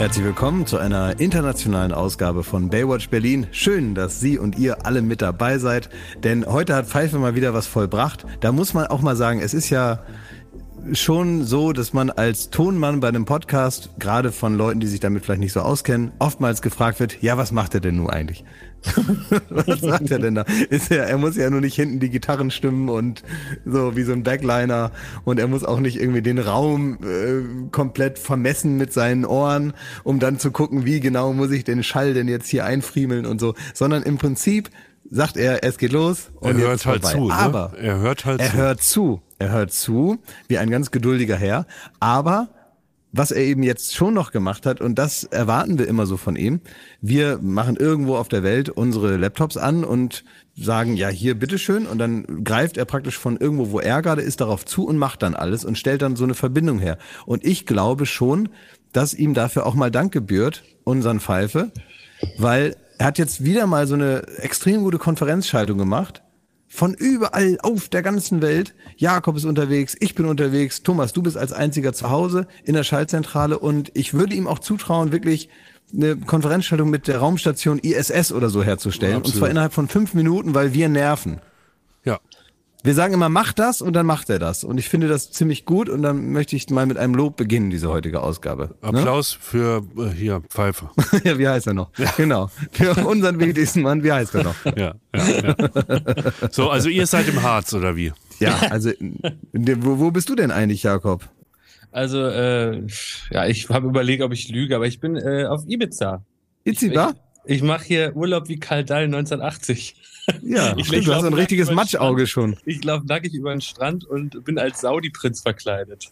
Herzlich willkommen zu einer internationalen Ausgabe von Baywatch Berlin. Schön, dass Sie und ihr alle mit dabei seid, denn heute hat Pfeife mal wieder was vollbracht. Da muss man auch mal sagen, es ist ja schon so, dass man als Tonmann bei einem Podcast, gerade von Leuten, die sich damit vielleicht nicht so auskennen, oftmals gefragt wird, ja, was macht er denn nun eigentlich? Was sagt er denn da? Er muss ja nur nicht hinten die Gitarren stimmen und so wie so ein Backliner, und er muss auch nicht irgendwie den Raum komplett vermessen mit seinen Ohren, um dann zu gucken, wie genau muss ich den Schall denn jetzt hier einfriemeln und so, sondern im Prinzip sagt er, es geht los und er hört halt zu, aber er hört zu, wie ein ganz geduldiger Herr, aber was er eben jetzt schon noch gemacht hat, und das erwarten wir immer so von ihm, wir machen irgendwo auf der Welt unsere Laptops an und sagen, ja, hier, bitteschön, und dann greift er praktisch von irgendwo, wo er gerade ist, darauf zu und macht dann alles und stellt dann so eine Verbindung her. Und ich glaube schon, dass ihm dafür auch mal Dank gebührt, unseren Pfeife, weil er hat jetzt wieder mal so eine extrem gute Konferenzschaltung gemacht. Von überall auf der ganzen Welt. Jakob ist unterwegs, ich bin unterwegs. Thomas, du bist als einziger zu Hause in der Schaltzentrale. Und ich würde ihm auch zutrauen, wirklich eine Konferenzschaltung mit der Raumstation ISS oder so herzustellen. Absolut. Und zwar innerhalb von 5 Minuten, weil wir nerven. Ja. Wir sagen immer, mach das, und dann macht er das. Und ich finde das ziemlich gut, und dann möchte ich mal mit einem Lob beginnen, diese heutige Ausgabe. Applaus für hier, Pfeife. Ja, wie heißt er noch? Ja. Genau. Für unseren wichtigsten Mann, wie heißt er noch? Ja. So, also ihr seid im Harz, oder wie? Ja, also wo bist du denn eigentlich, Jakob? Also, ja, ich habe überlegt, ob ich lüge, aber ich bin auf Ibiza. Ibiza? Ich mache hier Urlaub wie Kaldal 1980. Ja, stimmt, du hast ein richtiges Matschauge schon. Ich laufe nackig über den Strand und bin als Saudi-Prinz verkleidet.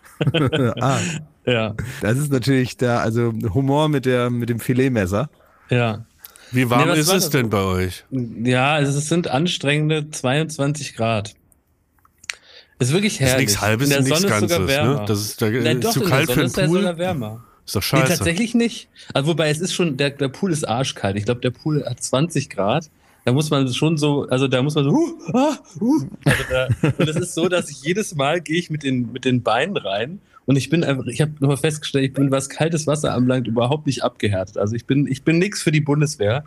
Ja. Das ist natürlich also Humor mit dem Filetmesser. Ja. Wie warm ist es denn bei euch? Ja, es sind anstrengende 22 Grad. Ist wirklich herrlich. Ist nichts Halbes, in der nichts Sonne Ganzes, ist sogar wärmer. Ne? Das ist, Doch, zu kalt für den Pool. Ist sogar wärmer. Ist doch scheiße. Nee, tatsächlich nicht. Also wobei es ist schon, der Pool ist arschkalt. Ich glaube, der Pool hat 20 Grad. Da muss man schon so, also da muss man so, und es ist so, dass ich jedes Mal gehe ich mit den Beinen rein, und ich habe nochmal festgestellt, ich bin, was kaltes Wasser anbelangt, überhaupt nicht abgehärtet. Also ich bin nix für die Bundeswehr.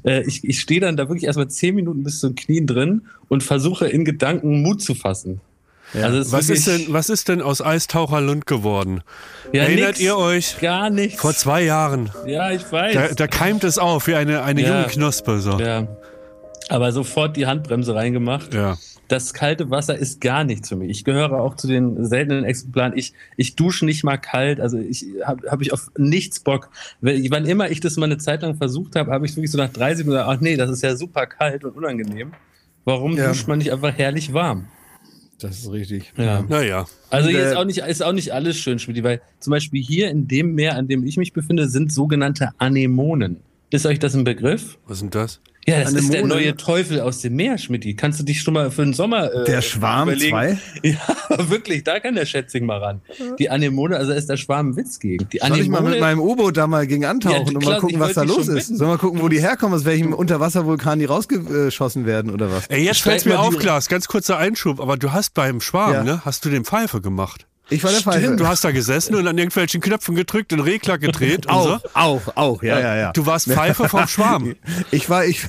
Ich stehe dann da wirklich erstmal 10 Minuten bis zu den Knien drin und versuche in Gedanken Mut zu fassen. Ja. Also was ist denn aus Eistaucher Lund geworden? Ja, Erinnert ihr euch? Gar nichts. Vor 2 Jahren. Ja, ich weiß. Da keimt es auf wie eine junge Knospe. So. Ja. Aber sofort die Handbremse reingemacht. Ja. Das kalte Wasser ist gar nichts für mich. Ich gehöre auch zu den seltenen Exemplaren. Ich dusche nicht mal kalt. Also hab ich auf nichts Bock. Wann immer ich das mal eine Zeit lang versucht habe, habe ich wirklich so nach 30 Minuten gesagt, ach nee, das ist ja super kalt und unangenehm. Warum duscht man nicht einfach herrlich warm? Das ist richtig. Ja. Naja. Also hier ist auch nicht alles schön, Schmidt, weil zum Beispiel hier in dem Meer, an dem ich mich befinde, sind sogenannte Anemonen. Ist euch das ein Begriff? Was sind das? Ja, das ist der neue Teufel aus dem Meer, Schmidti. Kannst du dich schon mal für den Sommer der Schwarm überlegen? 2? Ja, wirklich, da kann der Schätzing mal ran. Die Anemone, also ist der Schwarm ein Witz gegen. Die Soll ich mal mit meinem U-Boot da mal gegen antauchen und mal gucken, was da los ist? Sollen wir mal gucken, wo die herkommen, aus welchem Unterwasservulkan die rausgeschossen werden oder was? Ey, jetzt fällt's mir auf, Klaas, ganz kurzer Einschub, aber du hast beim Schwarm, ne, hast du den Pfeife gemacht. Ich war der Pfeife. Du hast da gesessen und an irgendwelchen Knöpfen gedrückt und Regler gedreht und so. Auch, ja. Du warst Pfeife vom Schwarm. Ich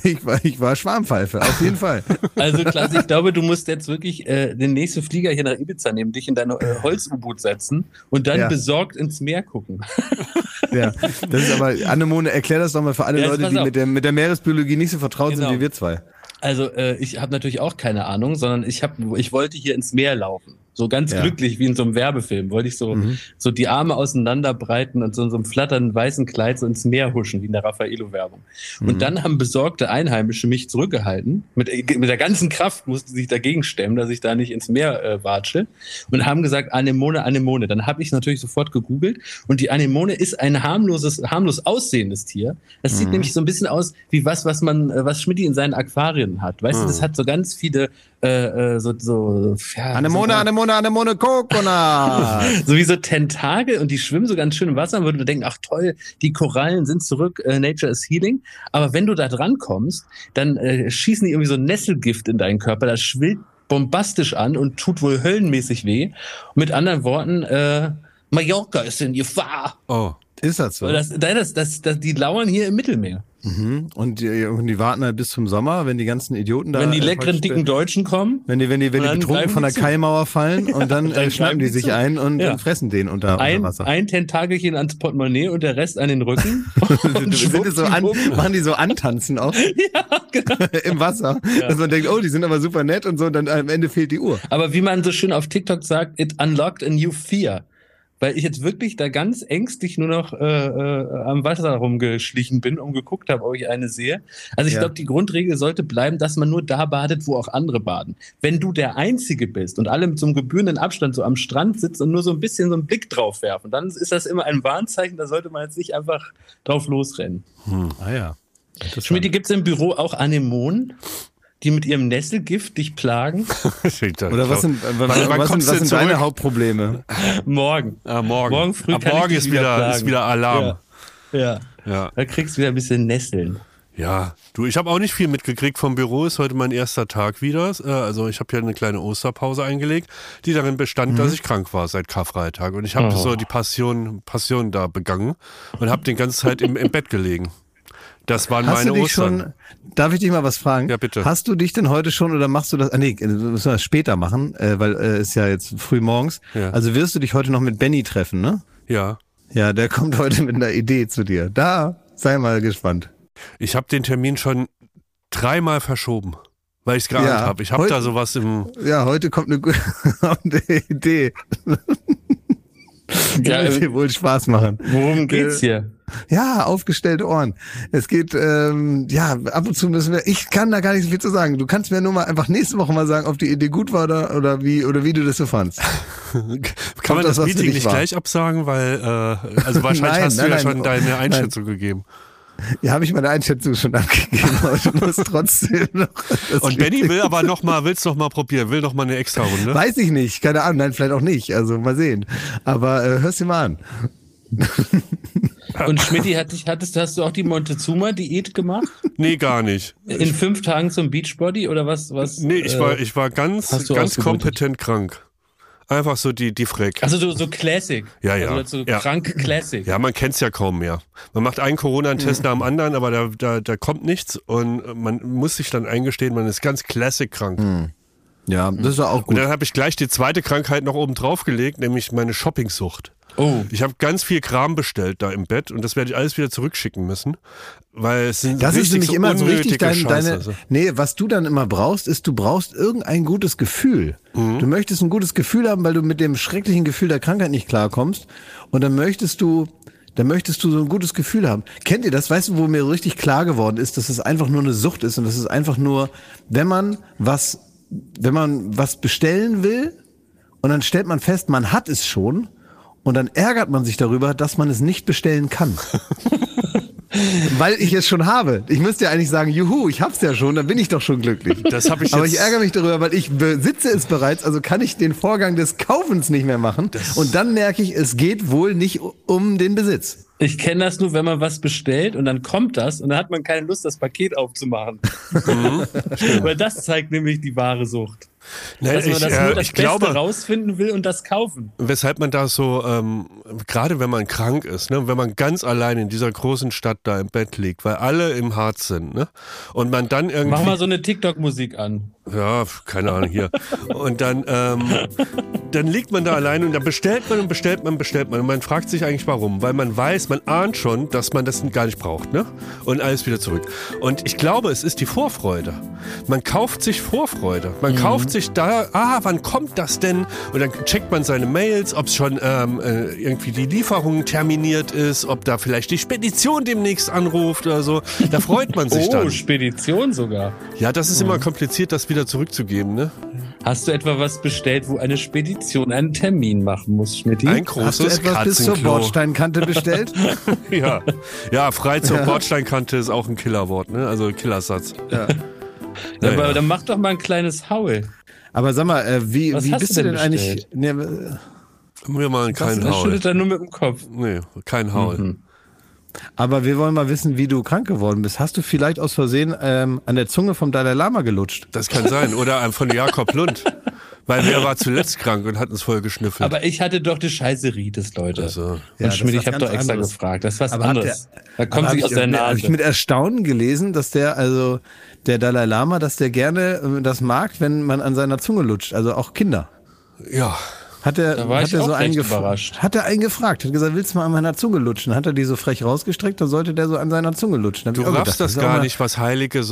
war Schwarmpfeife, auf jeden Fall. Also Klaas, ich glaube, du musst jetzt wirklich den nächsten Flieger hier nach Ibiza nehmen, dich in dein Holz-U-Boot setzen und dann besorgt ins Meer gucken. Ja, das ist aber, Anemone, erklär das doch mal für alle Leute, die mit der Meeresbiologie nicht so vertraut sind wie wir zwei. Also ich habe natürlich auch keine Ahnung, sondern ich wollte hier ins Meer laufen. So ganz glücklich, wie in so einem Werbefilm, wollte ich so die Arme auseinanderbreiten und so in so einem flatternden weißen Kleid so ins Meer huschen, wie in der Raffaello-Werbung. Und dann haben besorgte Einheimische mich zurückgehalten. Mit der ganzen Kraft mussten sie sich dagegen stemmen, dass ich da nicht ins Meer watsche. Und haben gesagt, Anemone, Anemone. Dann habe ich natürlich sofort gegoogelt. Und die Anemone ist ein harmlos aussehendes Tier. Das sieht nämlich so ein bisschen aus wie was Schmidti in seinen Aquarien hat. Weißt du, das hat so ganz viele Anemone, Coconut. So wie so Tentakel, und die schwimmen so ganz schön im Wasser, und würde denken, ach toll, die Korallen sind zurück, Nature is healing. Aber wenn du da dran kommst, dann schießen die irgendwie so Nesselgift in deinen Körper, das schwillt bombastisch an und tut wohl höllenmäßig weh. Und mit anderen Worten, Mallorca ist in Gefahr. Oh. Ist das so? Die lauern hier im Mittelmeer. Mhm. Und die warten halt bis zum Sommer, wenn die ganzen Idioten da... Wenn die leckeren, dicken Deutschen kommen. Wenn die betrunken von der Kaimauer fallen und dann schnappen die sich ein und fressen den unter Wasser. Ein Tentakelchen ans Portemonnaie und der Rest an den Rücken. Machen die so antanzen auch ja, genau. im Wasser. Ja. Dass man denkt, oh, die sind aber super nett und so, und dann am Ende fehlt die Uhr. Aber wie man so schön auf TikTok sagt, it unlocked a new fear. Weil ich jetzt wirklich da ganz ängstlich nur noch am Wasser rumgeschlichen bin und geguckt habe, ob ich eine sehe. Also ich glaube, die Grundregel sollte bleiben, dass man nur da badet, wo auch andere baden. Wenn du der Einzige bist und alle mit so einem gebührenden Abstand so am Strand sitzen und nur so ein bisschen so einen Blick drauf werfen, dann ist das immer ein Warnzeichen, da sollte man jetzt nicht einfach drauf losrennen. Ah ja. Schmidt, gibt's im Büro auch Anemonen, die mit ihrem Nesselgift dich plagen? Oder was sind deine Hauptprobleme? Morgen. Morgen früh kann morgen ist wieder Alarm. Ja. Da kriegst du wieder ein bisschen Nesseln. Ja, du, ich habe auch nicht viel mitgekriegt vom Büro, ist heute mein erster Tag wieder. Also ich habe hier eine kleine Osterpause eingelegt, die darin bestand, dass ich krank war seit Karfreitag. Und ich habe so die Passion da begangen und habe die ganze Zeit im Bett gelegen. Das waren meine Ostern. Darf ich dich mal was fragen? Ja, bitte. Hast du dich denn heute schon oder machst du das? Nee, müssen wir das später machen, weil ist ja jetzt früh morgens. Ja. Also wirst du dich heute noch mit Benny treffen, ne? Ja. Ja, der kommt heute mit einer Idee zu dir. Da, sei mal gespannt. Ich habe den Termin schon 3-mal verschoben, weil ich es geahnt habe. Ich habe da sowas im... Ja, heute kommt eine Idee. Ja, wird dir wohl Spaß machen. Worum geht's hier? Ja, aufgestellte Ohren. Es geht, ab und zu müssen wir, ich kann da gar nicht so viel zu sagen. Du kannst mir nur mal einfach nächste Woche mal sagen, ob die Idee gut war oder wie du das so fandst. Kann man das Meeting nicht gleich absagen, weil, also wahrscheinlich hast du ja schon deine Einschätzung gegeben. Ja, habe ich meine Einschätzung schon abgegeben, aber du musst trotzdem noch... Und Benny will's noch mal probieren, will noch mal eine extra Runde? Weiß ich nicht, keine Ahnung, nein, vielleicht auch nicht, also mal sehen. Aber hör's dir mal an. Und Schmidti, hast du auch die Montezuma-Diät gemacht? Nee, gar nicht. In 5 Tagen zum Beachbody oder was? Nee, ich war ganz kompetent krank. Einfach so die Freck. Also so Classic. Ja. Also so krank Classic. Ja, man kennt's ja kaum mehr. Man macht einen Corona-Test nach dem anderen, aber da kommt nichts und man muss sich dann eingestehen, man ist ganz Classic krank. Ja, das ist ja auch gut. Und dann habe ich gleich die zweite Krankheit noch oben drauf gelegt, nämlich meine Shoppingsucht. Oh. Ich habe ganz viel Kram bestellt da im Bett und das werde ich alles wieder zurückschicken müssen, weil es sind das ist nämlich immer so richtig deine Nee, was du dann immer brauchst, ist, du brauchst irgendein gutes Gefühl. Du möchtest ein gutes Gefühl haben, weil du mit dem schrecklichen Gefühl der Krankheit nicht klarkommst und dann möchtest du so ein gutes Gefühl haben. Kennt ihr das? Weißt du, wo mir richtig klar geworden ist, dass es einfach nur eine Sucht ist und das ist einfach nur, wenn man was bestellen will und dann stellt man fest, man hat es schon und dann ärgert man sich darüber, dass man es nicht bestellen kann. Weil ich es schon habe. Ich müsste ja eigentlich sagen, juhu, ich hab's ja schon, dann bin ich doch schon glücklich. Das hab ich Aber ich ärgere mich darüber, weil ich besitze es bereits, also kann ich den Vorgang des Kaufens nicht mehr machen. Und dann merke ich, es geht wohl nicht um den Besitz. Ich kenne das nur, wenn man was bestellt und dann kommt das und dann hat man keine Lust, das Paket aufzumachen. Weil das zeigt nämlich die wahre Sucht. Nein, dass man nur das Beste rausfinden will und das kaufen. Weshalb man da so, gerade wenn man krank ist, ne, wenn man ganz allein in dieser großen Stadt da im Bett liegt, weil alle im Harz sind, ne, und man dann irgendwie... Mach mal so eine TikTok-Musik an. Ja, keine Ahnung, hier. Und dann liegt man da allein und dann bestellt man und man fragt sich eigentlich warum, weil man weiß, man ahnt schon, dass man das gar nicht braucht, ne? Und alles wieder zurück. Und ich glaube, es ist die Vorfreude. Man kauft sich Vorfreude. Man kauft sich da, wann kommt das denn? Und dann checkt man seine Mails, ob es schon irgendwie die Lieferung terminiert ist, ob da vielleicht die Spedition demnächst anruft oder so. Da freut man sich dann. Oh, Spedition sogar. Ja, das ist immer kompliziert, das wieder zurückzugeben, ne? Hast du etwa was bestellt, wo eine Spedition einen Termin machen muss, Schmidti? Ein großes Hast du etwas bis zur Bordsteinkante bestellt? Ja, frei zur Bordsteinkante ist auch ein Killerwort, ne? Also Killersatz. Ja. Aber dann mach doch mal ein kleines Haul. Aber sag mal, wie bist du denn eigentlich? Wir machen keinen Haul. schüttelt er nur mit dem Kopf. Nee, kein Haul. Aber wir wollen mal wissen, wie du krank geworden bist. Hast du vielleicht aus Versehen an der Zunge vom Dalai Lama gelutscht? Das kann sein. Oder von Jakob Lund. Weil wer war zuletzt krank und hat uns voll geschnüffelt? Aber ich hatte doch die Scheiße-Ritis, Leute. Also. Und Schmidt, ich habe doch extra gefragt. Das ist was anderes. Da kommt sich aus der Nase. Habe ich mit Erstaunen gelesen, dass der Dalai Lama, dass der gerne das mag, wenn man an seiner Zunge lutscht. Also auch Kinder. Ja. Hat er einen überrascht. Hat er einen gefragt, hat gesagt, willst du mal an meiner Zunge lutschen? Hat er die so frech rausgestreckt, dann sollte der so an seiner Zunge lutschen. Du raffst das gar nicht, was Heilige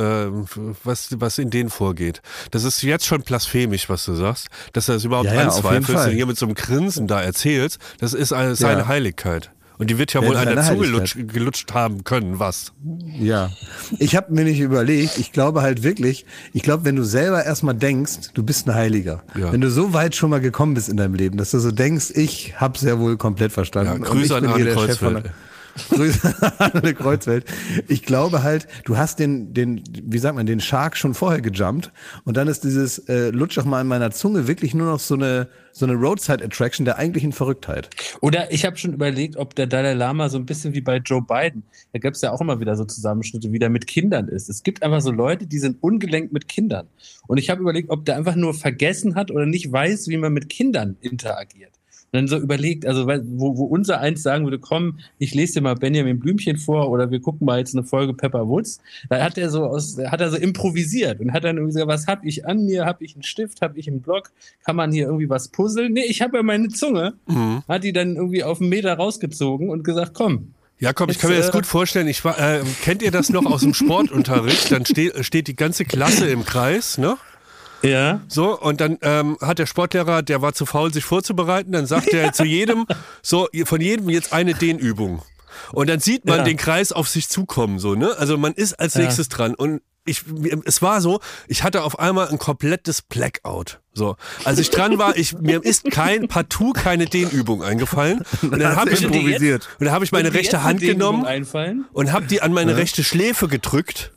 was in denen vorgeht. Das ist jetzt schon blasphemisch, was du sagst, dass du das überhaupt anzweifelst und hier mit so einem Grinsen da erzählst. Das ist seine Heiligkeit. Und die wird ja wohl an der Zunge gelutscht haben können, was? Ja. Ich habe mir nicht überlegt, ich glaube halt wirklich, wenn du selber erstmal denkst, du bist ein Heiliger. Ja. Wenn du so weit schon mal gekommen bist in deinem Leben, dass du so denkst, ich hab's ja wohl komplett verstanden. Ja, Grüße an Arne Kreuzfeld. Grüße an Arne Kreuzfeld. Ich glaube halt, du hast den Shark schon vorher gejumpt und dann ist dieses lutsch doch mal in meiner Zunge wirklich nur noch so eine Roadside-Attraction der eigentlichen Verrücktheit. Oder ich habe schon überlegt, ob der Dalai Lama so ein bisschen wie bei Joe Biden, da gab es ja auch immer wieder so Zusammenschnitte, wie der mit Kindern ist. Es gibt einfach so Leute, die sind ungelenkt mit Kindern. Und ich habe überlegt, ob der einfach nur vergessen hat oder nicht weiß, wie man mit Kindern interagiert. Und dann so überlegt, also wo unser eins sagen würde, komm, ich lese dir mal Benjamin Blümchen vor oder wir gucken mal jetzt eine Folge Pepper Woods, da hat er so improvisiert und hat dann irgendwie gesagt, was hab ich an mir, hab ich einen Stift, hab ich einen Block, kann man hier irgendwie was puzzeln? Nee, ich habe ja meine Zunge, hat die dann irgendwie auf einen Meter rausgezogen und gesagt, komm. Ja, komm, ich kann mir das gut vorstellen. Kennt ihr das noch aus dem Sportunterricht? Dann steht die ganze Klasse im Kreis, ne? Ja. So, und dann hat der Sportlehrer, der war zu faul, sich vorzubereiten, dann sagt er zu jedem, von jedem jetzt eine Dehnübung. Und dann sieht man den Kreis auf sich zukommen, so, ne? Also man ist als nächstes dran. Und es war so, ich hatte auf einmal ein komplettes Blackout. So, als ich dran war, mir ist partout keine Dehnübung eingefallen. Und dann habe ich improvisiert. Und dann habe ich meine rechte Hand genommen und habe die an meine rechte Schläfe gedrückt.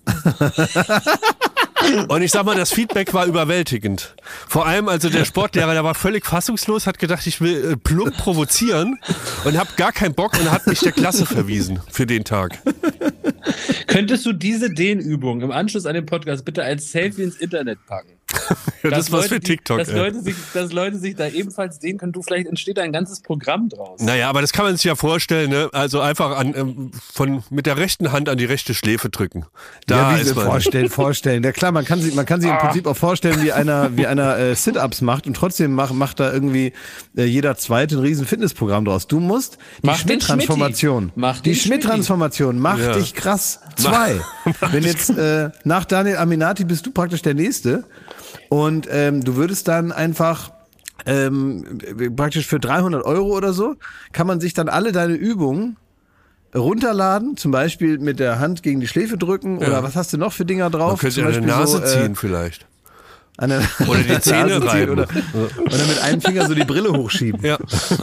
Und ich sag mal, das Feedback war überwältigend. Vor allem, also der Sportlehrer, der war völlig fassungslos, hat gedacht, ich will plump provozieren und hab gar keinen Bock und hat mich der Klasse verwiesen für den Tag. Könntest du diese Dehnübung im Anschluss an den Podcast bitte als Selfie ins Internet packen? Ja, das ist was für TikTok. Dass Leute sich da ebenfalls sehen können. Vielleicht entsteht da ein ganzes Programm draus. Naja, aber das kann man sich ja vorstellen, ne? Also einfach mit der rechten Hand an die rechte Schläfe drücken. Da ist man. Vorstellen. Ja klar, man kann sich im Prinzip auch vorstellen, wie einer Sit-Ups macht und trotzdem macht da irgendwie jeder Zweite ein riesen Fitnessprogramm draus. Du musst die Schmidt-Transformation. Die Schmidt-Transformation macht dich krass. 2. Wenn jetzt nach Daniel Aminati bist du praktisch der Nächste. Und du würdest dann einfach praktisch für 300 € oder so, kann man sich dann alle deine Übungen runterladen, zum Beispiel mit der Hand gegen die Schläfe drücken oder was hast du noch für Dinger drauf? Man könnte an der Nase ziehen vielleicht. Oder die Zähne reiben. Oder mit einem Finger so die Brille hochschieben. Ja.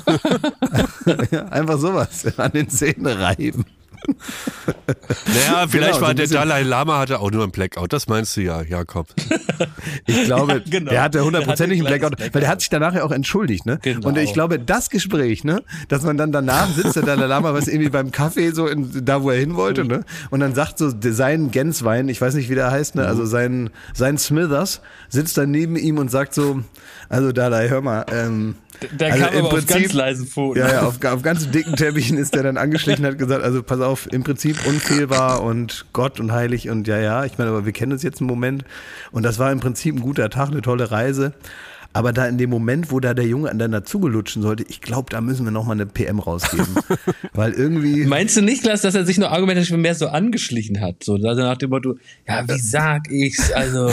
Einfach sowas, an den Zähnen reiben. Naja, vielleicht war der Dalai Lama hatte auch nur einen Blackout. Das meinst du ja, Jakob. Ich glaube, der hatte hundertprozentig einen Blackout, weil der hat sich danach ja auch entschuldigt, ne? Genau. Und ich glaube, das Gespräch, ne, dass man dann danach sitzt, der Dalai Lama, was irgendwie beim Kaffee so da, wo er hin wollte, ne? Und dann sagt so sein Genswein, ich weiß nicht, wie der heißt, ne? Also sein Smithers sitzt dann neben ihm und sagt so, also Dalai, hör mal, der also kam aber auf ganz leisen Pfoten. Ja, auf ganz dicken Teppichen ist der dann angeschlichen und hat gesagt, also pass auf, im Prinzip unfehlbar und Gott und heilig und ja, ich meine, aber wir kennen uns jetzt einen Moment und das war im Prinzip ein guter Tag, eine tolle Reise. Aber da in dem Moment, wo da der Junge an deiner Zunge lutschen sollte, ich glaube, da müssen wir nochmal eine PM rausgeben. Weil irgendwie... Meinst du nicht, Klaas, dass er sich noch argumentativ mehr so angeschlichen hat? So, also nach dem Motto, ja, wie sag ich's? Also,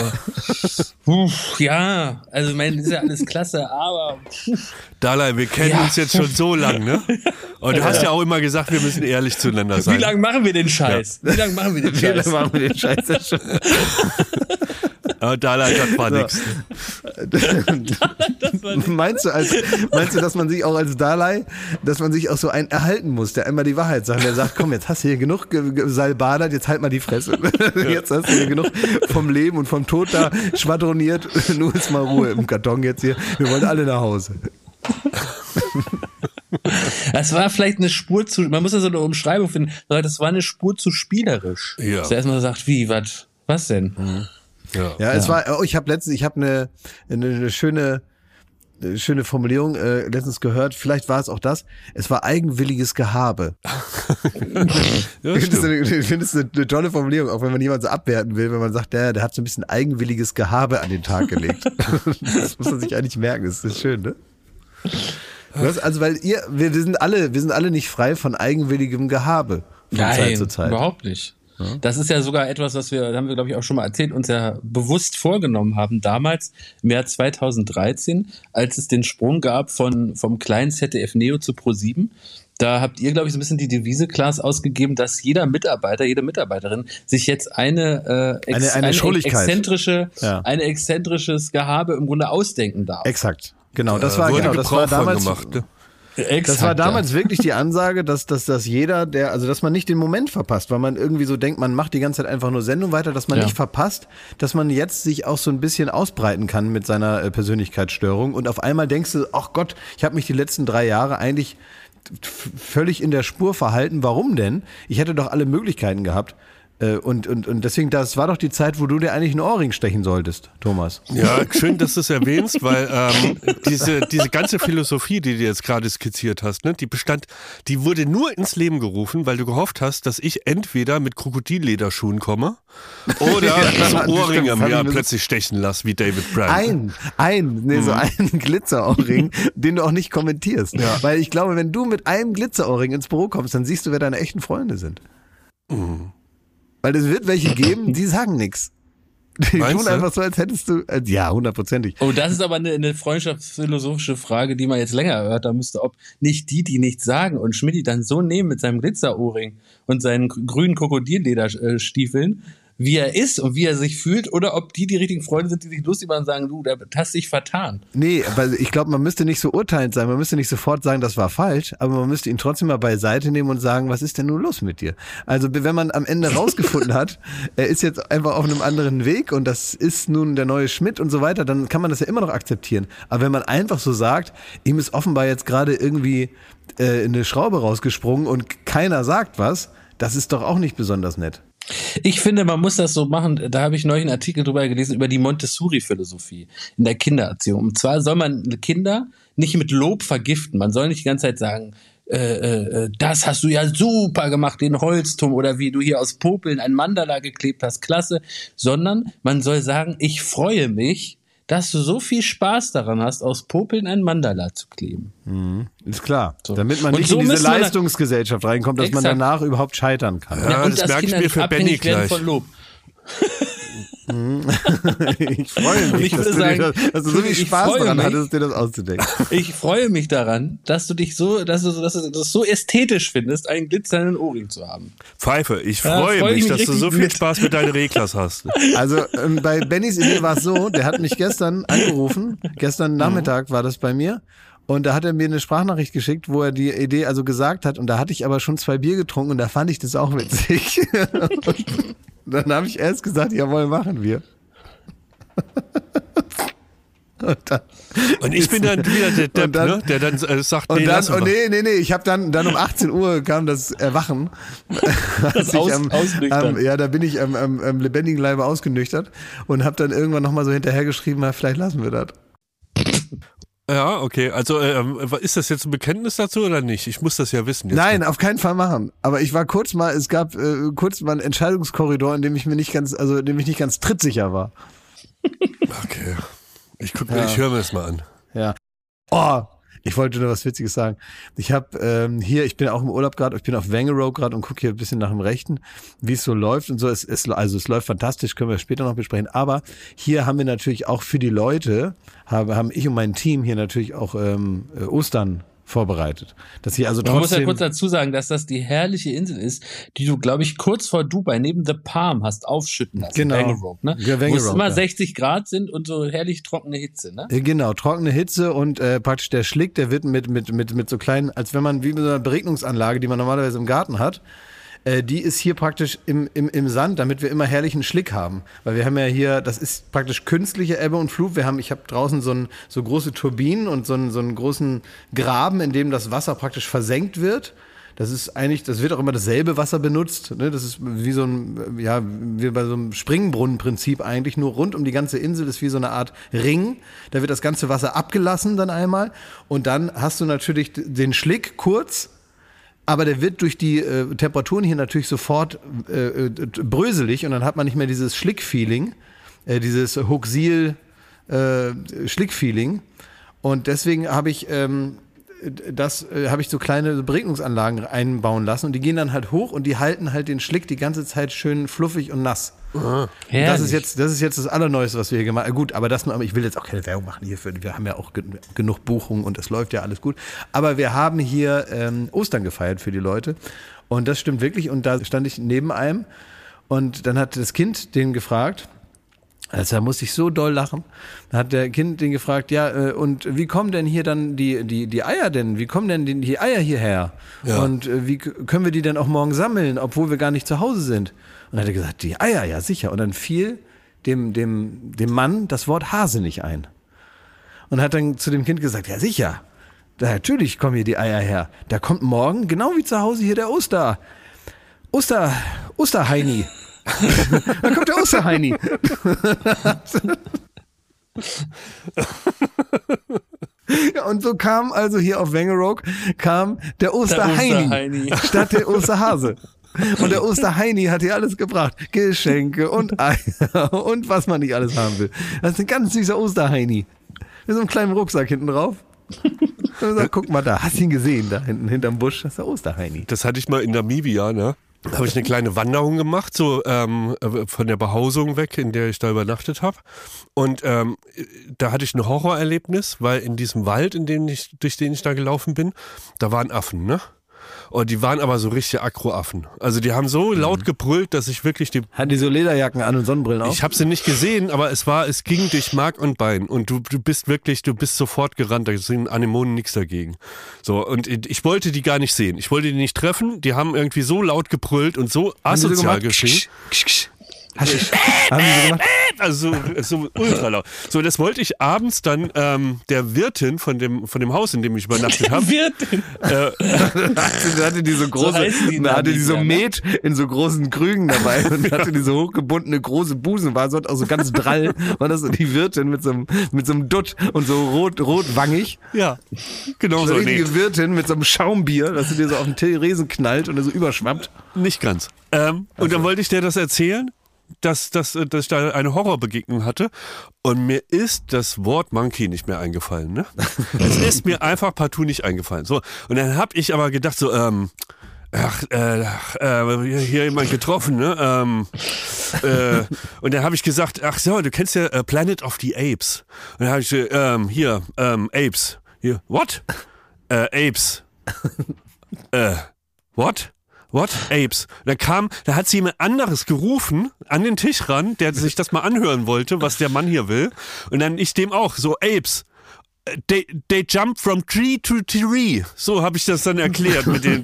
ja, also ist ja alles klasse, aber... Dalai, wir kennen uns jetzt schon so lang, ne? Und du hast ja auch immer gesagt, wir müssen ehrlich zueinander sein. Wie lange machen wir den Scheiß? Ja. Wie lange machen wir den Scheiß? Dalai, das war nix. Meinst du, dass man sich auch als Dalai, dass man sich auch so einen erhalten muss, der einmal die Wahrheit sagt, der sagt, komm, jetzt hast du hier genug salbadert, jetzt halt mal die Fresse. Jetzt hast du hier genug vom Leben und vom Tod da schwadroniert, nur ist mal Ruhe im Karton jetzt hier, wir wollen alle nach Hause. Das war vielleicht eine Spur zu, man muss ja so eine Umschreibung finden, das war eine Spur zu spielerisch. Ja. Dass er erstmal sagt, wie, was denn? Ja, es war, ich habe eine schöne Formulierung letztens gehört, vielleicht war es auch das, es war eigenwilliges Gehabe. Ja, Ich finde es eine tolle Formulierung, auch wenn man jemanden so abwerten will, wenn man sagt, der hat so ein bisschen eigenwilliges Gehabe an den Tag gelegt. Das muss man sich eigentlich merken, das ist schön, ne? Also, weil wir sind alle nicht frei von eigenwilligem Gehabe von Zeit zu Zeit. Überhaupt nicht. Das ist ja sogar etwas, das haben wir, glaube ich, auch schon mal erzählt, uns ja bewusst vorgenommen haben, damals im Jahr 2013, als es den Sprung gab vom kleinen ZDF Neo zu Pro7. Da habt ihr, glaube ich, so ein bisschen die Devise, Klaas, ausgegeben, dass jeder Mitarbeiter, jede Mitarbeiterin sich jetzt ein exzentrisches Gehabe im Grunde ausdenken darf. Exakt. Genau, das war damals gemacht, ne? Exakt, das war damals wirklich die Ansage, dass jeder, dass man nicht den Moment verpasst, weil man irgendwie so denkt, man macht die ganze Zeit einfach nur Sendung weiter, dass man nicht verpasst, dass man jetzt sich auch so ein bisschen ausbreiten kann mit seiner Persönlichkeitsstörung und auf einmal denkst du, ach Gott, ich habe mich die letzten 3 Jahre eigentlich völlig in der Spur verhalten. Warum denn? Ich hätte doch alle Möglichkeiten gehabt. Und deswegen, das war doch die Zeit, wo du dir eigentlich einen Ohrring stechen solltest, Thomas. Ja, schön, dass du es erwähnst, weil diese ganze Philosophie, die du jetzt gerade skizziert hast, ne, die wurde nur ins Leben gerufen, weil du gehofft hast, dass ich entweder mit Krokodillederschuhen komme oder so Ohrringe mir plötzlich stechen lasse, wie David Bryan. So einen Glitzerohrring, den du auch nicht kommentierst. Ja. Weil ich glaube, wenn du mit einem Glitzerohrring ins Büro kommst, dann siehst du, wer deine echten Freunde sind. Mhm. Weil es wird welche geben, die sagen nichts. Die tun einfach so, als hättest du, ja, 100%. Oh, das ist aber eine freundschaftsphilosophische Frage, die man jetzt länger hört. Da müsste, ob nicht die nichts sagen und Schmidti dann so nehmen mit seinem Glitzerohrring und seinen grünen Krokodillederstiefeln, wie er ist und wie er sich fühlt, oder ob die richtigen Freunde sind, die sich lustig machen und sagen, du, da hast dich vertan. Nee, weil ich glaube, man müsste nicht so urteilend sein, man müsste nicht sofort sagen, das war falsch, aber man müsste ihn trotzdem mal beiseite nehmen und sagen, was ist denn nun los mit dir? Also wenn man am Ende rausgefunden hat, er ist jetzt einfach auf einem anderen Weg und das ist nun der neue Schmidt und so weiter, dann kann man das ja immer noch akzeptieren. Aber wenn man einfach so sagt, ihm ist offenbar jetzt gerade irgendwie eine Schraube rausgesprungen und keiner sagt was, das ist doch auch nicht besonders nett. Ich finde, man muss das so machen, da habe ich neulich einen Artikel drüber gelesen, über die Montessori-Philosophie in der Kindererziehung. Und zwar soll man Kinder nicht mit Lob vergiften. Man soll nicht die ganze Zeit sagen, das hast du ja super gemacht, den Holzturm, oder wie du hier aus Popeln ein Mandala geklebt hast, klasse. Sondern man soll sagen, ich freue mich, dass du so viel Spaß daran hast, aus Popeln ein Mandala zu kleben. Ist klar. So. Damit man nicht in diese Leistungsgesellschaft reinkommt, dass man danach überhaupt scheitern kann. Ja, und das merke ich mir für Benny gleich. Von Lob. Ich freue mich, dass du so viel Spaß daran hattest, dir das auszudenken. Ich freue mich daran, dass du das so ästhetisch findest, einen glitzernden Ohrring zu haben. Pfeife, ich freue mich, dass du so viel Spaß mit deinen Reglas hast. Also bei Bennys Idee war es so, der hat mich gestern angerufen, gestern Nachmittag war das bei mir. Und da hat er mir eine Sprachnachricht geschickt, wo er die Idee also gesagt hat. Und da hatte ich aber schon 2 Bier getrunken und da fand ich das auch witzig. Und dann habe ich erst gesagt, jawohl, machen wir. Und ich bin dann wieder der Depp, ne? Der dann sagt, nee, nee, ich habe dann um 18 Uhr kam das Erwachen. Da bin ich am lebendigen Leibe ausgenüchtert und habe dann irgendwann nochmal so hinterhergeschrieben, vielleicht lassen wir das. Ja, okay. Also ist das jetzt ein Bekenntnis dazu oder nicht? Ich muss das ja wissen. Jetzt. Nein, auf keinen Fall machen. Aber ich war es gab kurz mal einen Entscheidungskorridor, in dem ich nicht ganz trittsicher war. Okay. Ich höre mir das mal an. Ja. Oh, ich wollte nur was Witziges sagen. Ich habe ich bin auch im Urlaub gerade, ich bin auf Wangeroo gerade und gucke hier ein bisschen nach dem Rechten, wie es so läuft und so. Es läuft fantastisch, können wir später noch besprechen. Aber hier haben wir natürlich auch für die Leute, haben ich und mein Team hier natürlich auch Ostern vorbereitet. Dass hier also Man muss ja kurz dazu sagen, dass das die herrliche Insel ist, die du, glaube ich, kurz vor Dubai neben The Palm hast aufschütten lassen. Genau. Wangeroo, ne? Wo es immer 60 Grad sind und so herrlich trockene Hitze, ne? Genau, trockene Hitze und praktisch der Schlick, der wird mit so kleinen, als wenn man wie mit so einer Beregnungsanlage, die man normalerweise im Garten hat, die ist hier praktisch im Sand, damit wir immer herrlichen Schlick haben. Weil wir haben ja hier, das ist praktisch künstliche Ebbe und Flut. Ich habe draußen so große Turbinen und so einen großen Graben, in dem das Wasser praktisch versenkt wird, Das ist eigentlich, das wird auch immer dasselbe Wasser benutzt. Ne? Das ist wie so ein, ja, wie bei so einem Springbrunnenprinzip eigentlich. Nur rund um die ganze Insel ist wie so eine Art Ring. Da wird das ganze Wasser abgelassen dann einmal. Und dann hast du natürlich den Schlick kurz. Aber der wird durch die Temperaturen hier natürlich sofort bröselig. Und dann hat man nicht mehr dieses Schlickfeeling, dieses Huxil-Schlickfeeling. Und deswegen habe ich so kleine Beregnungsanlagen einbauen lassen und die gehen dann halt hoch und die halten halt den Schlick die ganze Zeit schön fluffig und nass. Das ist jetzt das Allerneueste, was wir hier gemacht haben. Gut, aber ich will jetzt auch keine Werbung machen hierfür. Wir haben ja auch genug Buchungen und es läuft ja alles gut. Aber wir haben hier Ostern gefeiert für die Leute und das stimmt wirklich. Und da stand ich neben einem und dann hat das Kind den gefragt. Also da musste ich so doll lachen. Da hat der Kind den gefragt, ja, und wie kommen denn hier dann die Eier denn? Wie kommen denn die Eier hierher? Ja. Und wie können wir die denn auch morgen sammeln, obwohl wir gar nicht zu Hause sind? Und dann hat er gesagt, die Eier, ja sicher. Und dann fiel dem Mann das Wort Hase nicht ein. Und hat dann zu dem Kind gesagt, ja sicher, natürlich kommen hier die Eier her. Da kommt morgen, genau wie zu Hause, hier der Osterheini. Da kommt der Osterheini. Ja, und so kam also hier auf Wengeroog der Osterheini statt der Osterhase. Und der Osterheini hat hier alles gebracht. Geschenke und Eier und was man nicht alles haben will. Das ist ein ganz süßer Osterheini. Mit so einem kleinen Rucksack hinten drauf. Und sagt, guck mal da, hast du ihn gesehen, da hinten hinterm Busch? Das ist der Osterheini. Das hatte ich mal in Namibia, ne? Da habe ich eine kleine Wanderung gemacht, so von der Behausung weg, in der ich da übernachtet habe. Und da hatte ich ein Horrorerlebnis, weil in diesem Wald, durch den ich da gelaufen bin, da waren Affen, ne? Und die waren aber so richtige Aggro-Affen. Also die haben so laut gebrüllt, dass ich wirklich Hatten die so Lederjacken an und Sonnenbrillen auf? Ich habe sie nicht gesehen, aber es ging durch Mark und Bein. Und du bist sofort gerannt. Da sind Anemonen nichts dagegen. So, und ich wollte die gar nicht sehen. Ich wollte die nicht treffen. Die haben irgendwie so laut gebrüllt und so asozial geschrien. Haben die so gemacht? Also so ultra laut. So, das wollte ich abends dann der Wirtin von dem Haus, in dem ich übernachtet habe. Wirtin. hatte die so große, hatte die so Met in so großen Krügen dabei und hatte die so hochgebundene große Busen, war so auch so ganz drall, war das so die Wirtin mit so einem Dutt und so rotwangig. Ja, genau so. Eine richtige Wirtin mit so einem Schaumbier, das du dir so auf den Theresen knallt und er so überschwappt. Nicht ganz. Und dann wollte ich dir das erzählen, dass ich da eine Horrorbegegnung hatte und mir ist das Wort Monkey nicht mehr eingefallen. Ne? Es ist mir einfach partout nicht eingefallen. So, und dann habe ich aber gedacht so, hier jemand getroffen, ne? Und dann habe ich gesagt, ach so, du kennst ja Planet of the Apes. Und dann habe ich Apes. Hier, what? Apes. What? What? Apes. Da hat sie jemand anderes gerufen an den Tisch ran, der sich das mal anhören wollte, was der Mann hier will. Und dann ich dem auch, so Apes. They jump from tree to tree. So habe ich das dann erklärt mit den.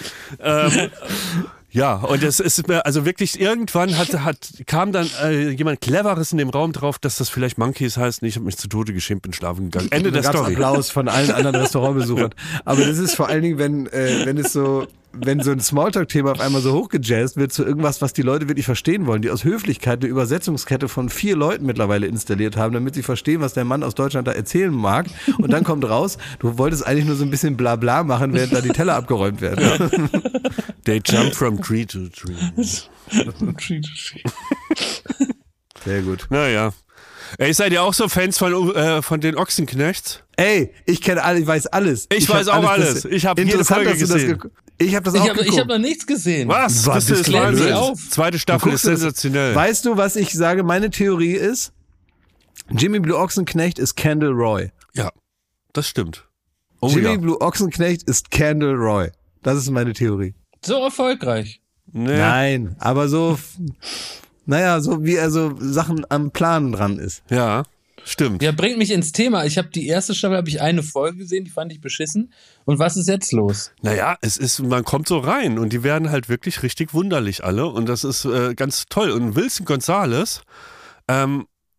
Ja, und es ist mir, also wirklich, irgendwann kam dann jemand Cleveres in dem Raum drauf, dass das vielleicht Monkeys heißt. Und ich habe mich zu Tode geschämt, bin schlafen gegangen. Ende der Story. Applaus von allen anderen Restaurantbesuchern. Aber das ist vor allen Dingen, wenn so ein Smalltalk-Thema auf einmal so hochgejazzt wird zu irgendwas, was die Leute wirklich verstehen wollen, die aus Höflichkeit eine Übersetzungskette von 4 Leuten mittlerweile installiert haben, damit sie verstehen, was der Mann aus Deutschland da erzählen mag. Und dann kommt raus, du wolltest eigentlich nur so ein bisschen Blabla machen, während da die Teller abgeräumt werden. Ja. They jump from tree to tree. Sehr gut. Naja. Ey, seid ihr auch so Fans von den Ochsenknechts? Ey, ich kenne alle, ich weiß alles. Ich weiß auch alles. Ich habe jede Folge gesehen. Ich habe das auch geguckt. Ich habe noch nichts gesehen. Was? Das ist Wahnsinn. Zweite Staffel ist sensationell. Weißt du, was ich sage? Meine Theorie ist, Jimmy Blue Ochsenknecht ist Kendall Roy. Ja, das stimmt. Oh, Jimmy Blue Ochsenknecht ist Kendall Roy. Das ist meine Theorie. So erfolgreich. Nee. Nein, aber so, so wie er so Sachen am Planen dran ist. Ja. Stimmt. Ja, bringt mich ins Thema. Die erste Staffel habe ich eine Folge gesehen, die fand ich beschissen. Und was ist jetzt los? Naja, man kommt so rein und die werden halt wirklich richtig wunderlich alle und das ist ganz toll. Und Wilson Gonzalez,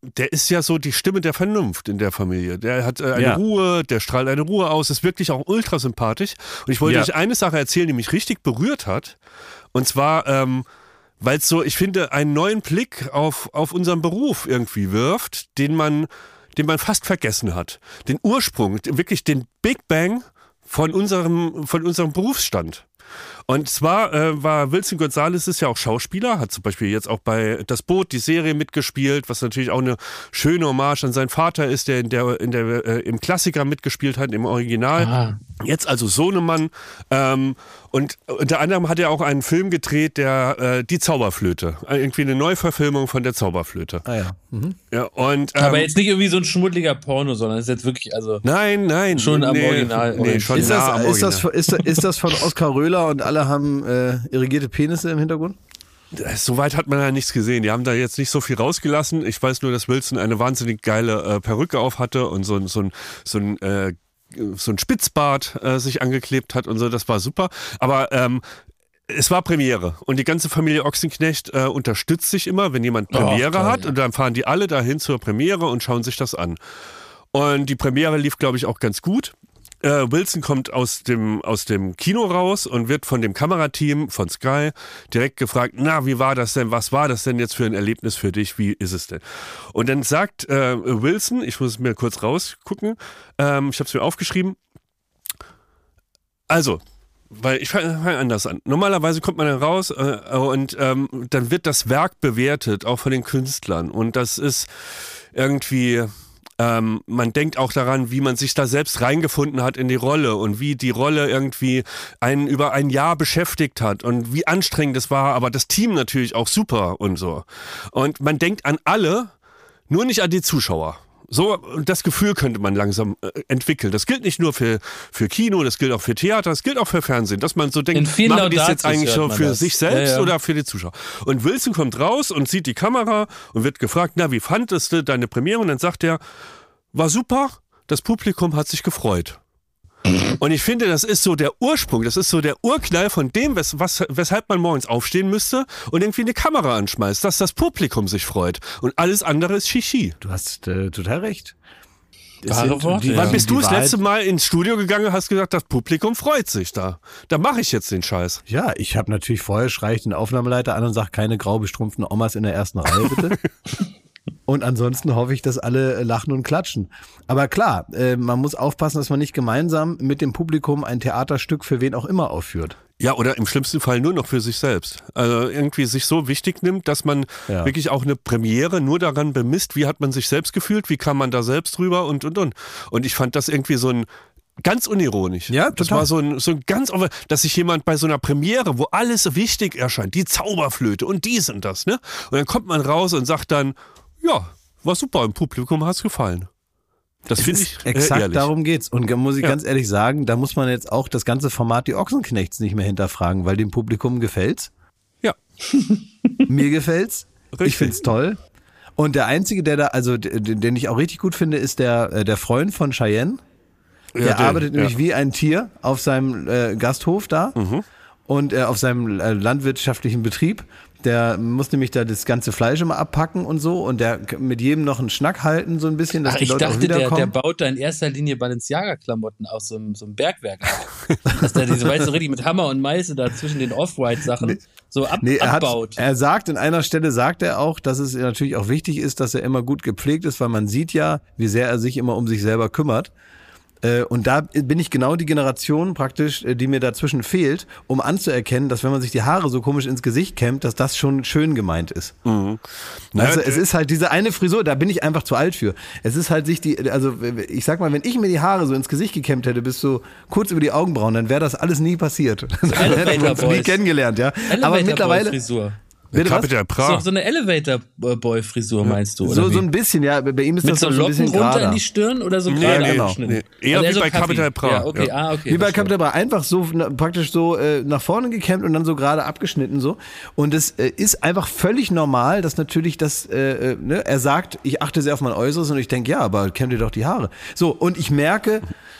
der ist ja so die Stimme der Vernunft in der Familie. Der hat eine Ruhe, der strahlt eine Ruhe aus, ist wirklich auch ultra sympathisch. Und ich wollte euch eine Sache erzählen, die mich richtig berührt hat. Und zwar, weil es so, ich finde, einen neuen Blick auf unseren Beruf irgendwie wirft, den man fast vergessen hat. Den Ursprung, wirklich den Big Bang von unserem Berufsstand. Und zwar war Wilson Gonzalez ist ja auch Schauspieler, hat zum Beispiel jetzt auch bei Das Boot, die Serie mitgespielt, was natürlich auch eine schöne Hommage an seinen Vater ist, der im Klassiker mitgespielt hat, im Original. Aha. Jetzt also Sohnemann. Und unter anderem hat er auch einen Film gedreht, der Die Zauberflöte. Irgendwie eine Neuverfilmung von der Zauberflöte. Ah ja. Ja, und, aber jetzt nicht irgendwie so ein schmuddeliger Porno, sondern ist jetzt wirklich, also. Nein. Schon am Original. Nee, schon ist das von Oskar Röhler und alle haben irrigierte Penisse im Hintergrund? Soweit hat man ja nichts gesehen. Die haben da jetzt nicht so viel rausgelassen. Ich weiß nur, dass Wilson eine wahnsinnig geile Perücke auf hatte und so ein Spitzbart sich angeklebt hat und so. Das war super. Aber es war Premiere und die ganze Familie Ochsenknecht unterstützt sich immer, wenn jemand Premiere hat. Und dann fahren die alle dahin zur Premiere und schauen sich das an. Und die Premiere lief, glaube ich, auch ganz gut. Wilson kommt aus dem Kino raus und wird von dem Kamerateam von Sky direkt gefragt, na, wie war das denn? Was war das denn jetzt für ein Erlebnis für dich? Wie ist es denn? Und dann sagt Wilson, ich muss es mir kurz rausgucken, ich habe es mir aufgeschrieben, also, weil ich fange anders an. Normalerweise kommt man dann raus und dann wird das Werk bewertet, auch von den Künstlern. Und das ist irgendwie... man denkt auch daran, wie man sich da selbst reingefunden hat in die Rolle und wie die Rolle irgendwie einen über ein Jahr beschäftigt hat und wie anstrengend es war, aber das Team natürlich auch super und so. Und man denkt an alle, nur nicht an die Zuschauer. So, das Gefühl könnte man langsam entwickeln. Das gilt nicht nur für Kino, das gilt auch für Theater, das gilt auch für Fernsehen, dass man so denkt, machen die es jetzt eigentlich so für sich selbst oder für die Zuschauer? Und Wilson kommt raus und sieht die Kamera und wird gefragt, na, wie fandest du deine Premiere? Und dann sagt er, war super, das Publikum hat sich gefreut. Und ich finde, das ist so der Ursprung, das ist so der Urknall von dem, weshalb man morgens aufstehen müsste und irgendwie eine Kamera anschmeißt, dass das Publikum sich freut. Und alles andere ist Shishi. Du hast total recht. Wann bist du das letzte Mal ins Studio gegangen und hast gesagt, das Publikum freut sich da. Da mache ich jetzt den Scheiß. Ja, ich habe natürlich vorher, schreie ich den Aufnahmeleiter an und sage, keine grau bestrumpften Omas in der ersten Reihe, bitte. Und ansonsten hoffe ich, dass alle lachen und klatschen. Aber klar, man muss aufpassen, dass man nicht gemeinsam mit dem Publikum ein Theaterstück für wen auch immer aufführt. Ja, oder im schlimmsten Fall nur noch für sich selbst. Also irgendwie sich so wichtig nimmt, dass man wirklich auch eine Premiere nur daran bemisst, wie hat man sich selbst gefühlt, wie kam man da selbst rüber und. Und ich fand das irgendwie so ein ganz unironisch. Ja, total. Das war so ein ganz, dass sich jemand bei so einer Premiere, wo alles wichtig erscheint, die Zauberflöte und dies und das, ne? Und dann kommt man raus und sagt dann, ja, war super, im Publikum hat's gefallen. Das finde ich exakt ehrlich. Darum geht's. Und muss ich ganz ehrlich sagen, da muss man jetzt auch das ganze Format die Ochsenknechts nicht mehr hinterfragen, weil dem Publikum gefällt's. Ja. Mir gefällt's. Richtig. Ich find's toll. Und der Einzige, der da, also den ich auch richtig gut finde, ist der Freund von Cheyenne. Der arbeitet nämlich wie ein Tier auf seinem Gasthof da und auf seinem landwirtschaftlichen Betrieb. Der muss nämlich da das ganze Fleisch immer abpacken und so und der mit jedem noch einen Schnack halten, so ein bisschen, dass die Leute auch wiederkommen. Der baut da in erster Linie Balenciaga-Klamotten aus so einem Bergwerk ab. Dass der diese, weißt du, richtig mit Hammer und Meißel da zwischen den Off-White-Sachen so abbaut. Er sagt, in einer Stelle sagt er auch, dass es natürlich auch wichtig ist, dass er immer gut gepflegt ist, weil man sieht ja, wie sehr er sich immer um sich selber kümmert. Und da bin ich genau die Generation praktisch, die mir dazwischen fehlt, um anzuerkennen, dass wenn man sich die Haare so komisch ins Gesicht kämmt, dass das schon schön gemeint ist. Mhm. Also es ist halt diese eine Frisur, da bin ich einfach zu alt für. Es ist halt also ich sag mal, wenn ich mir die Haare so ins Gesicht gekämmt hätte, bis so kurz über die Augenbrauen, dann wäre das alles nie passiert. Dann hätten wir uns nie kennengelernt, ja. Aber mittlerweile... Frisur. Capital Bra. Das ist doch so eine Elevator-Boy-Frisur, meinst du? Oder so ein bisschen, ja. Bei ihm ist mit das so so ein bisschen runter gerader. in die Stirn oder so gerade angeschnitten? Nee. Eher wie bei Capital Bra. Ja, okay. Ja. Okay, wie bei Capital Bra. Einfach so praktisch so nach vorne gekämmt und dann so gerade abgeschnitten so. Und es ist einfach völlig normal, dass natürlich er sagt, ich achte sehr auf mein Äußeres und ich denke, ja, aber kämmt dir doch die Haare. So, und ich merke,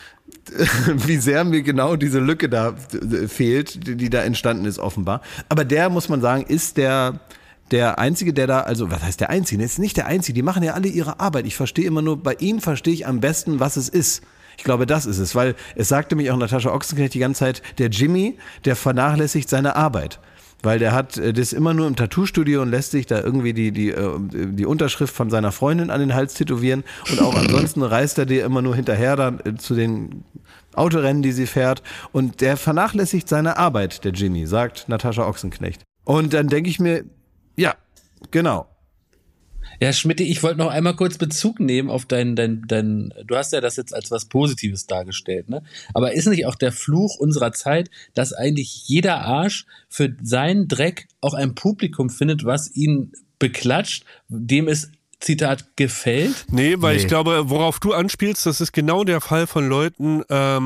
wie sehr mir genau diese Lücke da fehlt, die da entstanden ist offenbar. Aber der, muss man sagen, ist der der Einzige, der da, also was heißt der Einzige? Das ist nicht der Einzige, die machen ja alle ihre Arbeit. Ich verstehe immer nur, bei ihm verstehe ich am besten, was es ist. Ich glaube, das ist es, weil es sagte mich auch Natascha Ochsenknecht die ganze Zeit, der Jimmy, der vernachlässigt seine Arbeit. Weil der hat das immer nur im Tattoo-Studio und lässt sich da irgendwie die Unterschrift von seiner Freundin an den Hals tätowieren. Und auch ansonsten reist er dir immer nur hinterher dann zu den Autorennen, die sie fährt. Und der vernachlässigt seine Arbeit, der Jimmy, sagt Natascha Ochsenknecht. Und dann denke ich mir, ja, genau. Ja, Schmidt, ich wollte noch einmal kurz Bezug nehmen auf du hast ja das jetzt als was Positives dargestellt, ne? Aber ist nicht auch der Fluch unserer Zeit, dass eigentlich jeder Arsch für seinen Dreck auch ein Publikum findet, was ihn beklatscht, dem es, Zitat, gefällt? Nee, weil ich glaube, worauf du anspielst, das ist genau der Fall von Leuten,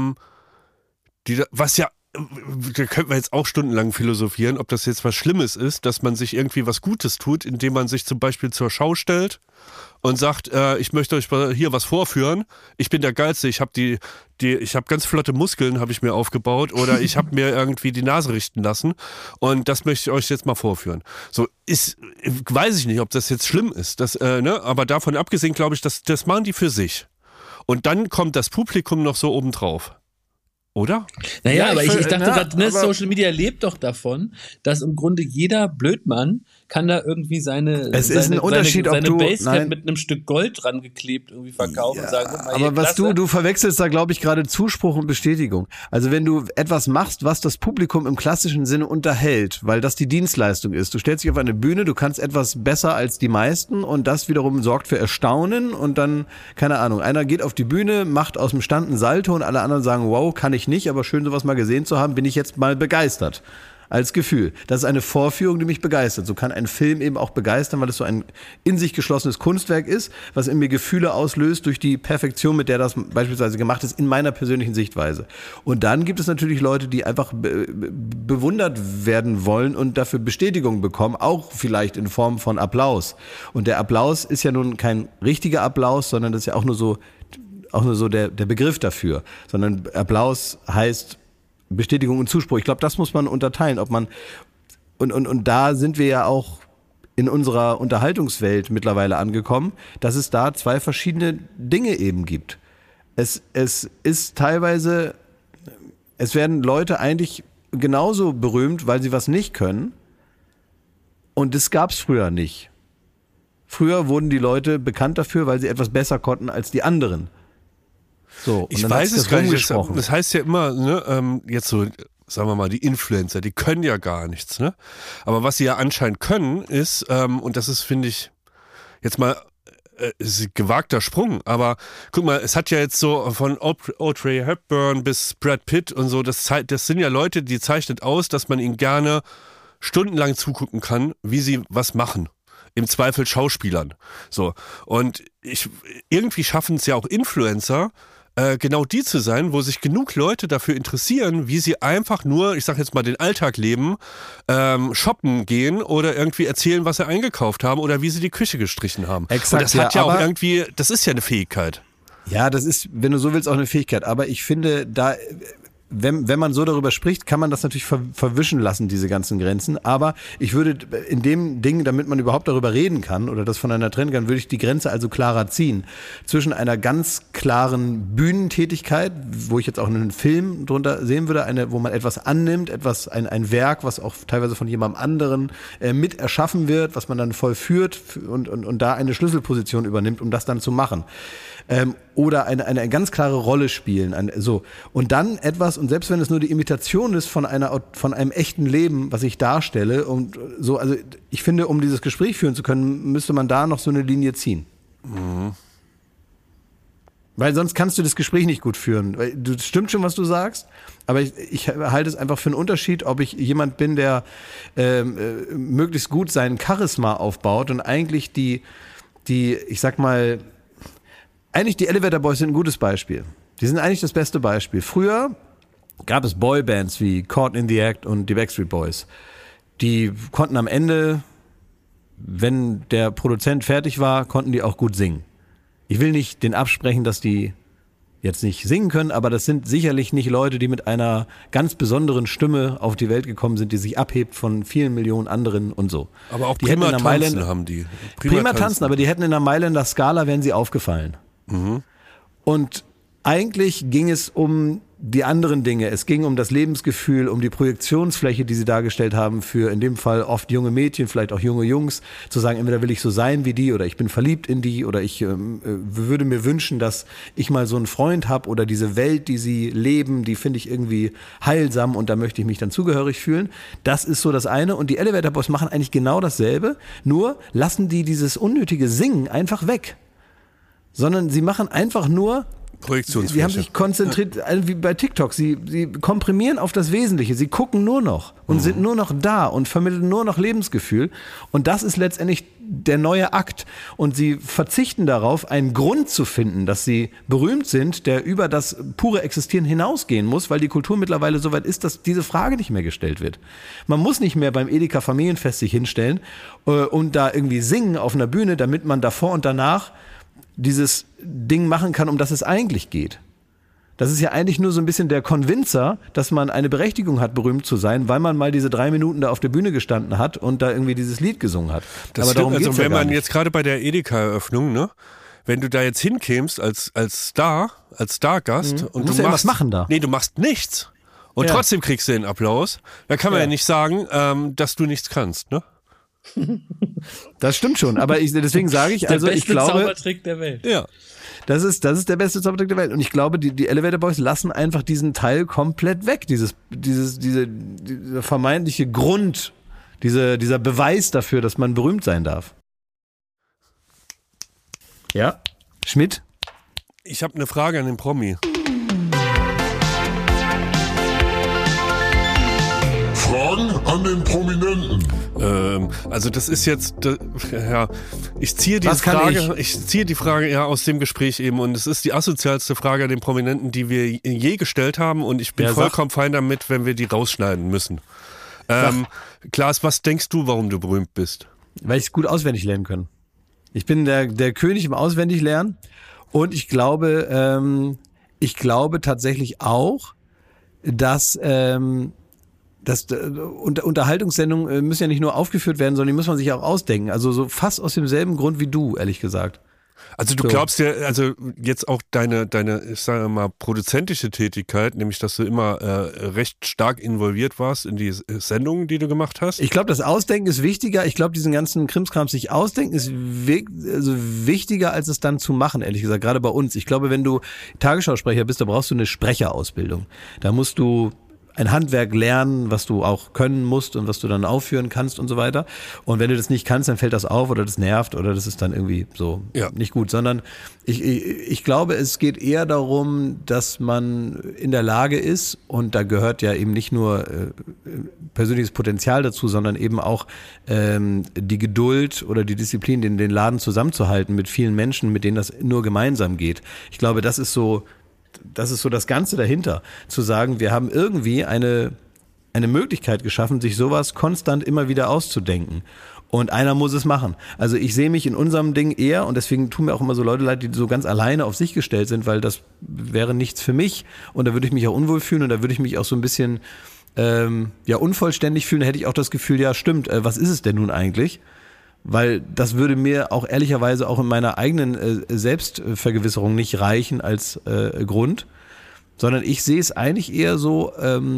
was ja, da könnten wir jetzt auch stundenlang philosophieren, ob das jetzt was Schlimmes ist, dass man sich irgendwie was Gutes tut, indem man sich zum Beispiel zur Schau stellt und sagt, ich möchte euch hier was vorführen, ich bin der Geilste, ich habe ich habe ganz flotte Muskeln, habe ich mir aufgebaut, oder ich habe mir irgendwie die Nase richten lassen und das möchte ich euch jetzt mal vorführen. So weiß ich nicht, ob das jetzt schlimm ist, aber davon abgesehen glaube ich, das machen die für sich. Und dann kommt das Publikum noch so obendrauf. Oder? Naja, aber ich dachte gerade, Social Media lebt doch davon, dass im Grunde jeder Blödmann kann da irgendwie seine Basecap mit einem Stück Gold dran geklebt irgendwie verkaufen und sagen, mal, aber was du verwechselst da, glaube ich, gerade Zuspruch und Bestätigung. Also wenn du etwas machst, was das Publikum im klassischen Sinne unterhält, weil das die Dienstleistung ist. Du stellst dich auf eine Bühne, du kannst etwas besser als die meisten und das wiederum sorgt für Erstaunen und dann, keine Ahnung, einer geht auf die Bühne, macht aus dem Stand einen Salto und alle anderen sagen, wow, kann ich nicht, aber schön sowas mal gesehen zu haben, bin ich jetzt mal begeistert. Als Gefühl. Das ist eine Vorführung, die mich begeistert. So kann ein Film eben auch begeistern, weil es so ein in sich geschlossenes Kunstwerk ist, was in mir Gefühle auslöst durch die Perfektion, mit der das beispielsweise gemacht ist, in meiner persönlichen Sichtweise. Und dann gibt es natürlich Leute, die einfach bewundert werden wollen und dafür Bestätigung bekommen, auch vielleicht in Form von Applaus. Und der Applaus ist ja nun kein richtiger Applaus, sondern das ist ja auch nur so der Begriff dafür. Sondern Applaus heißt Bestätigung und Zuspruch. Ich glaube, das muss man unterteilen, ob man und da sind wir ja auch in unserer Unterhaltungswelt mittlerweile angekommen, dass es da zwei verschiedene Dinge eben gibt. Es ist teilweise, es werden Leute eigentlich genauso berühmt, weil sie was nicht können, und das gab's früher nicht. Früher wurden die Leute bekannt dafür, weil sie etwas besser konnten als die anderen. So, ich weiß es gar nicht. Das heißt ja immer, ne, jetzt so, sagen wir mal, die Influencer, die können ja gar nichts, ne? Aber was sie ja anscheinend können, ist, und das ist, finde ich, jetzt mal ist ein gewagter Sprung, aber guck mal, es hat ja jetzt so von Audrey Hepburn bis Brad Pitt und so, das sind ja Leute, die zeichnet aus, dass man ihnen gerne stundenlang zugucken kann, wie sie was machen. Im Zweifel Schauspielern. So. Und irgendwie schaffen es ja auch Influencer, genau die zu sein, wo sich genug Leute dafür interessieren, wie sie einfach nur, ich sag jetzt mal, den Alltag leben, shoppen gehen oder irgendwie erzählen, was sie eingekauft haben oder wie sie die Küche gestrichen haben. Exakt, und das hat ja auch irgendwie, das ist ja eine Fähigkeit. Ja, das ist, wenn du so willst, auch eine Fähigkeit. Aber ich finde, da, wenn man so darüber spricht, kann man das natürlich verwischen lassen, diese ganzen Grenzen. Aber ich würde in dem Ding, damit man überhaupt darüber reden kann oder das voneinander trennen kann, würde ich die Grenze also klarer ziehen. Zwischen einer ganz klaren Bühnentätigkeit, wo ich jetzt auch einen Film drunter sehen würde, wo man etwas annimmt, ein Werk, was auch teilweise von jemandem anderen mit erschaffen wird, was man dann vollführt und da eine Schlüsselposition übernimmt, um das dann zu machen. Oder eine ganz klare Rolle spielen. So. Und dann etwas, und selbst wenn es nur die Imitation ist von einem echten Leben, was ich darstelle, und so, also ich finde, um dieses Gespräch führen zu können, müsste man da noch so eine Linie ziehen. Mhm. Weil sonst kannst du das Gespräch nicht gut führen. Weil das stimmt schon, was du sagst, aber ich halte es einfach für einen Unterschied, ob ich jemand bin, der möglichst gut sein Charisma aufbaut und eigentlich ich sag mal, eigentlich die Elevator Boys sind ein gutes Beispiel. Die sind eigentlich das beste Beispiel. Früher gab es Boybands wie Caught in the Act und die Backstreet Boys. Die konnten am Ende, wenn der Produzent fertig war, konnten die auch gut singen. Ich will nicht den absprechen, dass die jetzt nicht singen können, aber das sind sicherlich nicht Leute, die mit einer ganz besonderen Stimme auf die Welt gekommen sind, die sich abhebt von vielen Millionen anderen und so. Aber auch die prima tanzen haben die. Prima tanzen, aber die hätten in der Mailänder Skala, wären sie aufgefallen. Mhm. Und eigentlich ging es um die anderen Dinge. Es ging um das Lebensgefühl, um die Projektionsfläche, die sie dargestellt haben für in dem Fall oft junge Mädchen, vielleicht auch junge Jungs, zu sagen, entweder will ich so sein wie die oder ich bin verliebt in die oder ich würde mir wünschen, dass ich mal so einen Freund habe oder diese Welt, die sie leben, die finde ich irgendwie heilsam und da möchte ich mich dann zugehörig fühlen. Das ist so das eine und die Elevator Boys machen eigentlich genau dasselbe, nur lassen die dieses unnötige Singen einfach weg. Sondern sie machen einfach nur Projektionsfläche. Sie haben sich konzentriert, wie bei TikTok, sie komprimieren auf das Wesentliche, sie gucken nur noch und sind nur noch da und vermitteln nur noch Lebensgefühl und das ist letztendlich der neue Akt und sie verzichten darauf, einen Grund zu finden, dass sie berühmt sind, der über das pure Existieren hinausgehen muss, weil die Kultur mittlerweile so weit ist, dass diese Frage nicht mehr gestellt wird. Man muss nicht mehr beim Edeka Familienfest sich hinstellen und da irgendwie singen auf einer Bühne, damit man davor und danach dieses Ding machen kann, um das es eigentlich geht. Das ist ja eigentlich nur so ein bisschen der Konvinzer, dass man eine Berechtigung hat, berühmt zu sein, weil man mal diese 3 Minuten da auf der Bühne gestanden hat und da irgendwie dieses Lied gesungen hat. Das aber stimmt, darum geht's also wenn ja gar man nicht. jetzt gerade bei der Edeka-Eröffnung, ne, wenn du da jetzt hinkämst als Stargast und musst du ja machst was machen da. Nee, du machst nichts und Ja. trotzdem kriegst du den Applaus, da kann man ja nicht sagen, dass du nichts kannst, ne? Das stimmt schon, aber deswegen sage ich, also der ich beste glaube, Zaubertrick der Welt. Ja. das ist der beste Zaubertrick der Welt und ich glaube, die Elevator Boys lassen einfach diesen Teil komplett weg, dieser vermeintliche Grund, dieser Beweis dafür, dass man berühmt sein darf. Ja, Schmidt? Ich habe eine Frage an den Promi. Fragen an den Prominenten. Also das ist jetzt, ja, ich ziehe die Was kann Frage ja aus dem Gespräch eben und es ist die asozialste Frage an den Prominenten, die wir je gestellt haben und ich bin Ja, vollkommen fein damit, wenn wir die rausschneiden müssen. Klaas, was denkst du, warum du berühmt bist? Weil ich es gut auswendig lernen kann. Ich bin der König im Auswendiglernen und ich glaube tatsächlich auch, dass Unterhaltungssendungen müssen ja nicht nur aufgeführt werden, sondern die muss man sich auch ausdenken. Also so fast aus demselben Grund wie du, ehrlich gesagt. Also du glaubst ja, also jetzt auch deine, ich sage mal, produzentische Tätigkeit, nämlich dass du immer recht stark involviert warst in die Sendungen, die du gemacht hast? Ich glaube, das Ausdenken ist wichtiger. Ich glaube, diesen ganzen Krimskrams sich ausdenken ist wichtiger, als es dann zu machen, ehrlich gesagt. Gerade bei uns. Ich glaube, wenn du Tagesschausprecher bist, da brauchst du eine Sprecherausbildung. Da musst du ein Handwerk lernen, was du auch können musst und was du dann aufführen kannst und so weiter. Und wenn du das nicht kannst, dann fällt das auf oder das nervt oder das ist dann irgendwie so nicht gut. Sondern ich glaube, es geht eher darum, dass man in der Lage ist und da gehört ja eben nicht nur persönliches Potenzial dazu, sondern eben auch die Geduld oder die Disziplin, den Laden zusammenzuhalten mit vielen Menschen, mit denen das nur gemeinsam geht. Ich glaube, das ist so das Ganze dahinter, zu sagen, wir haben irgendwie eine Möglichkeit geschaffen, sich sowas konstant immer wieder auszudenken. Und einer muss es machen. Also ich sehe mich in unserem Ding eher, und deswegen tun mir auch immer so Leute leid, die so ganz alleine auf sich gestellt sind, weil das wäre nichts für mich und da würde ich mich auch unwohl fühlen und da würde ich mich auch so ein bisschen unvollständig fühlen. Da hätte ich auch das Gefühl, ja stimmt, was ist es denn nun eigentlich? Weil das würde mir auch ehrlicherweise auch in meiner eigenen Selbstvergewisserung nicht reichen als Grund, sondern ich sehe es eigentlich eher so,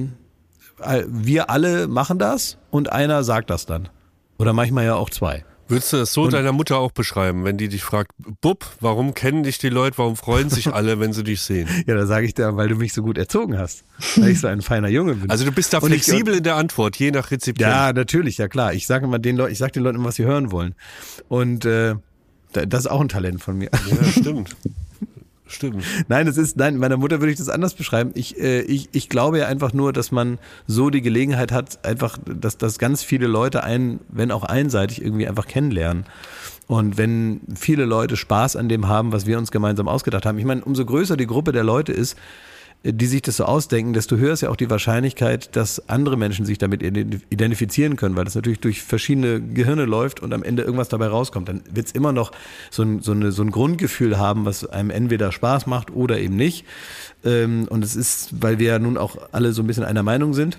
wir alle machen das und einer sagt das dann. Oder manchmal ja auch 2. Würdest du das so deiner Mutter auch beschreiben, wenn die dich fragt, Bub, warum kennen dich die Leute, warum freuen sich alle, wenn sie dich sehen? Ja, da sage ich dir, weil du mich so gut erzogen hast, weil ich so ein feiner Junge bin. Also du bist da flexibel in der Antwort, je nach Rezipient. Ja, natürlich, ja klar. Ich sage den Leuten immer, was sie hören wollen. Und das ist auch ein Talent von mir. Ja, stimmt. Stimmt. Nein, meiner Mutter würde ich das anders beschreiben. Ich glaube ja einfach nur, dass man so die Gelegenheit hat, einfach, dass ganz viele Leute einen, wenn auch einseitig, irgendwie einfach kennenlernen. Und wenn viele Leute Spaß an dem haben, was wir uns gemeinsam ausgedacht haben. Ich meine, umso größer die Gruppe der Leute ist, die sich das so ausdenken, desto höher ist ja auch die Wahrscheinlichkeit, dass andere Menschen sich damit identifizieren können, weil das natürlich durch verschiedene Gehirne läuft und am Ende irgendwas dabei rauskommt. Dann wird es immer noch so ein Grundgefühl haben, was einem entweder Spaß macht oder eben nicht. Und es ist, weil wir ja nun auch alle so ein bisschen einer Meinung sind.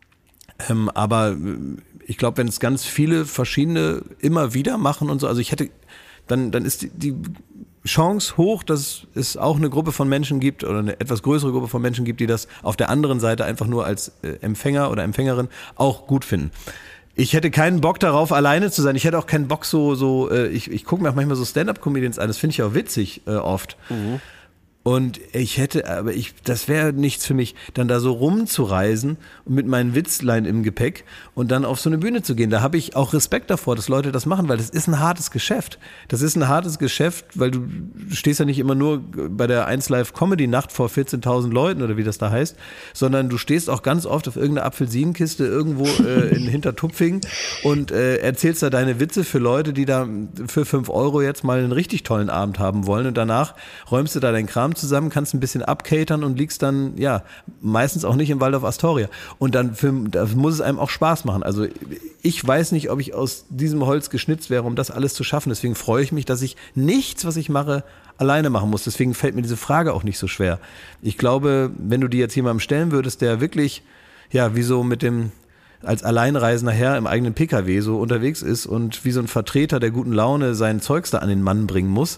Aber ich glaube, wenn es ganz viele verschiedene immer wieder machen und so, also dann ist die Chance hoch, dass es auch eine Gruppe von Menschen gibt oder eine etwas größere Gruppe von Menschen gibt, die das auf der anderen Seite einfach nur als Empfänger oder Empfängerin auch gut finden. Ich hätte keinen Bock darauf, alleine zu sein. Ich hätte auch keinen Bock ich gucke mir auch manchmal so Stand-Up-Comedians an, das finde ich auch witzig oft. Mhm. Und das wäre nichts für mich, dann da so rumzureisen und mit meinen Witzlein im Gepäck und dann auf so eine Bühne zu gehen. Da habe ich auch Respekt davor, dass Leute das machen, weil das ist ein hartes Geschäft. Das ist ein hartes Geschäft, weil du stehst ja nicht immer nur bei der 1Live-Comedy-Nacht vor 14.000 Leuten oder wie das da heißt, sondern du stehst auch ganz oft auf irgendeiner Apfelsinenkiste irgendwo in Hintertupfing und erzählst da deine Witze für Leute, die da für 5 € jetzt mal einen richtig tollen Abend haben wollen und danach räumst du da deinen Kram zusammen, kannst ein bisschen abcatern und liegst dann, ja, meistens auch nicht im Waldorf Astoria. Und dann muss es einem auch Spaß machen. Also ich weiß nicht, ob ich aus diesem Holz geschnitzt wäre, um das alles zu schaffen. Deswegen freue ich mich, dass ich nichts, was ich mache, alleine machen muss. Deswegen fällt mir diese Frage auch nicht so schwer. Ich glaube, wenn du die jetzt jemandem stellen würdest, der wirklich, ja, wie so als alleinreisender Herr im eigenen PKW so unterwegs ist und wie so ein Vertreter der guten Laune sein Zeugs da an den Mann bringen muss,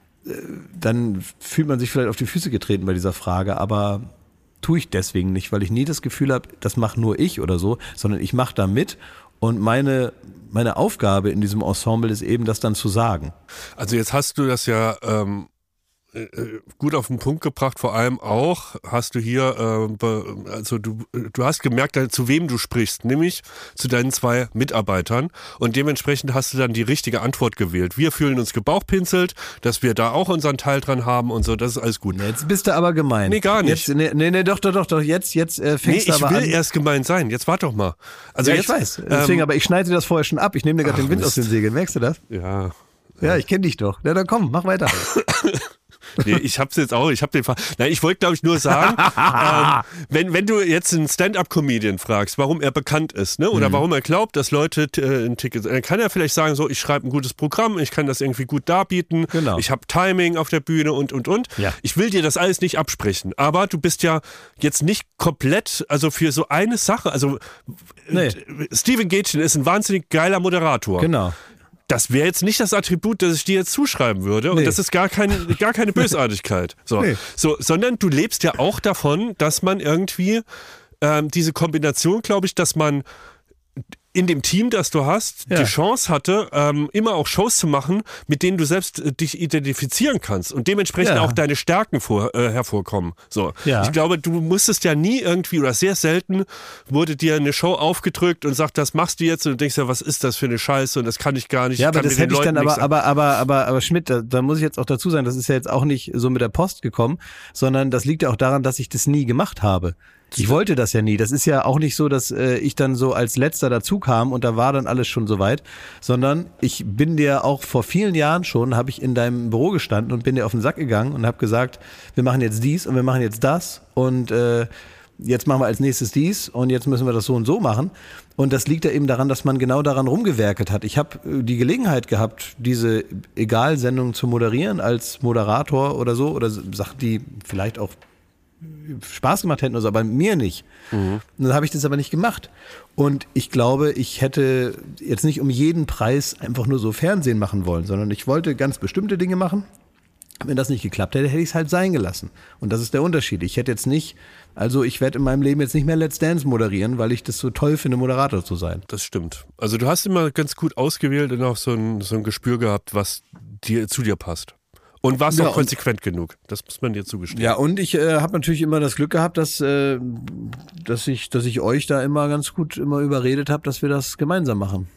dann fühlt man sich vielleicht auf die Füße getreten bei dieser Frage, aber tue ich deswegen nicht, weil ich nie das Gefühl habe, das mache nur ich oder so, sondern ich mache da mit und meine Aufgabe in diesem Ensemble ist eben, das dann zu sagen. Also jetzt hast du das ja gut auf den Punkt gebracht, vor allem auch hast du hier, also du hast gemerkt, zu wem du sprichst, nämlich zu deinen 2 Mitarbeitern und dementsprechend hast du dann die richtige Antwort gewählt. Wir fühlen uns gebauchpinselt, dass wir da auch unseren Teil dran haben und so, das ist alles gut. Jetzt bist du aber gemein. Nee, gar nicht. Doch, jetzt fängst du aber an. Ich will erst gemein sein, jetzt warte doch mal. Also ja, jetzt, ich weiß, deswegen, aber ich schneide dir das vorher schon ab, ich nehme dir gerade den Wind aus den Segeln, merkst du das? Ja. Ja, ich kenne dich doch. Na dann komm, mach weiter. Nee, ich hab's jetzt auch, ich wollte glaube ich nur sagen, wenn du jetzt einen Stand-Up-Comedian fragst, warum er bekannt ist, ne, oder warum er glaubt, dass Leute ein Ticket, dann kann er vielleicht sagen, so, ich schreibe ein gutes Programm, ich kann das irgendwie gut darbieten, genau. Ich habe Timing auf der Bühne und. Ja. Ich will dir das alles nicht absprechen, aber du bist ja jetzt nicht komplett, also für so eine Sache, also nee. Steven Gätchen ist ein wahnsinnig geiler Moderator. Genau. Das wäre jetzt nicht das Attribut, das ich dir jetzt zuschreiben würde. Nee. Und das ist gar keine Bösartigkeit. So. Nee. So, sondern du lebst ja auch davon, dass man irgendwie diese Kombination, glaube ich, dass man in dem Team, das du hast, die Chance hatte, immer auch Shows zu machen, mit denen du selbst dich identifizieren kannst und dementsprechend auch deine Stärken hervorkommen. So. Ja. Ich glaube, du musstest ja nie irgendwie oder sehr selten wurde dir eine Show aufgedrückt und sagt, das machst du jetzt und du denkst ja, was ist das für eine Scheiße und das kann ich gar nicht. Ja, aber das hätte ich dann aber Schmidt, da muss ich jetzt auch dazu sagen, das ist ja jetzt auch nicht so mit der Post gekommen, sondern das liegt ja auch daran, dass ich das nie gemacht habe. Ich wollte das ja nie. Das ist ja auch nicht so, dass ich dann so als Letzter dazu kam und da war dann alles schon soweit, sondern ich bin dir auch vor vielen Jahren schon, habe ich in deinem Büro gestanden und bin dir auf den Sack gegangen und habe gesagt, wir machen jetzt dies und wir machen jetzt das und jetzt machen wir als nächstes dies und jetzt müssen wir das so und so machen. Und das liegt ja eben daran, dass man genau daran rumgewerkelt hat. Ich habe die Gelegenheit gehabt, diese Egal-Sendung zu moderieren als Moderator oder so oder Sachen, die vielleicht auch Spaß gemacht hätten oder so, aber mir nicht. Und dann habe ich das aber nicht gemacht. Und ich glaube, ich hätte jetzt nicht um jeden Preis einfach nur so Fernsehen machen wollen, sondern ich wollte ganz bestimmte Dinge machen. Wenn das nicht geklappt hätte, hätte ich es halt sein gelassen. Und das ist der Unterschied. Ich hätte jetzt nicht, also ich werde in meinem Leben jetzt nicht mehr Let's Dance moderieren, weil ich das so toll finde, Moderator zu sein. Das stimmt. Also du hast immer ganz gut ausgewählt und auch so ein Gespür gehabt, was zu dir passt. Und warst auch konsequent genug. Das muss man dir zugestehen. Ja, und ich habe natürlich immer das Glück gehabt, dass ich euch da immer ganz gut immer überredet habe, dass wir das gemeinsam machen.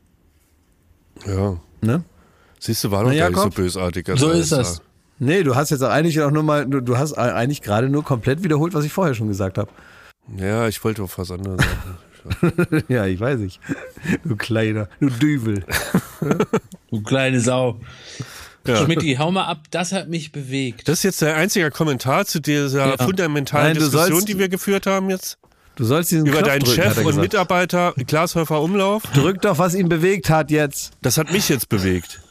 Ja. Ne? Siehst du, war doch gar nicht so bösartig. So ist das. Nee, du hast jetzt eigentlich auch nur mal, du hast eigentlich gerade nur komplett wiederholt, was ich vorher schon gesagt habe. Ja, ich wollte auf was anderes sagen. Ja, ich weiß nicht. Du Düvel. Du kleine Sau. Schmidti, hau mal ab, das hat mich bewegt. Das ist jetzt der einzige Kommentar zu dieser fundamentalen Diskussion, die wir geführt haben jetzt. Du sollst diesen über Knopf deinen drücken, Chef und Mitarbeiter, Glashäufer Umlauf. Drück doch, was ihn bewegt hat jetzt. Das hat mich jetzt bewegt.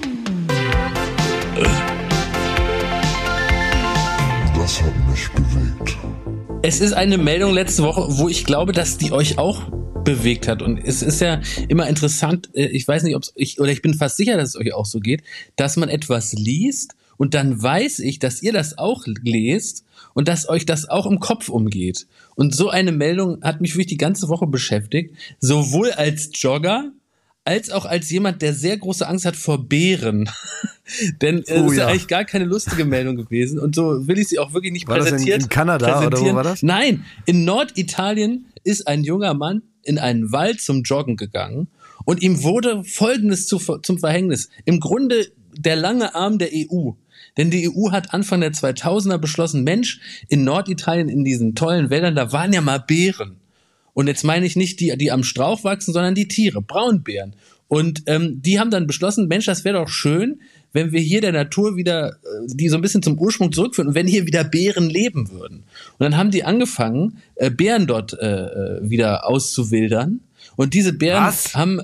Das hat mich bewegt. Es ist eine Meldung letzte Woche, wo ich glaube, dass die euch auch bewegt hat. Und es ist ja immer interessant, ich weiß nicht, ich bin fast sicher, dass es euch auch so geht, dass man etwas liest und dann weiß ich, dass ihr das auch lest und dass euch das auch im Kopf umgeht. Und so eine Meldung hat mich wirklich die ganze Woche beschäftigt, sowohl als Jogger, als auch als jemand, der sehr große Angst hat vor Bären. Denn es ist ja eigentlich gar keine lustige Meldung gewesen und so will ich sie auch wirklich nicht präsentieren. War das in Kanada oder wo war das? Nein, in Norditalien ist ein junger Mann in einen Wald zum Joggen gegangen und ihm wurde Folgendes zum Verhängnis. Im Grunde der lange Arm der EU. Denn die EU hat Anfang der 2000er beschlossen, Mensch, in Norditalien, in diesen tollen Wäldern, da waren ja mal Bären. Und jetzt meine ich nicht die am Strauch wachsen, sondern die Tiere, Braunbären. Und die haben dann beschlossen, Mensch, das wäre doch schön, wenn wir hier der Natur wieder, die so ein bisschen zum Ursprung zurückführen und wenn hier wieder Bären leben würden. Und dann haben die angefangen, Bären dort wieder auszuwildern. Und diese Bären haben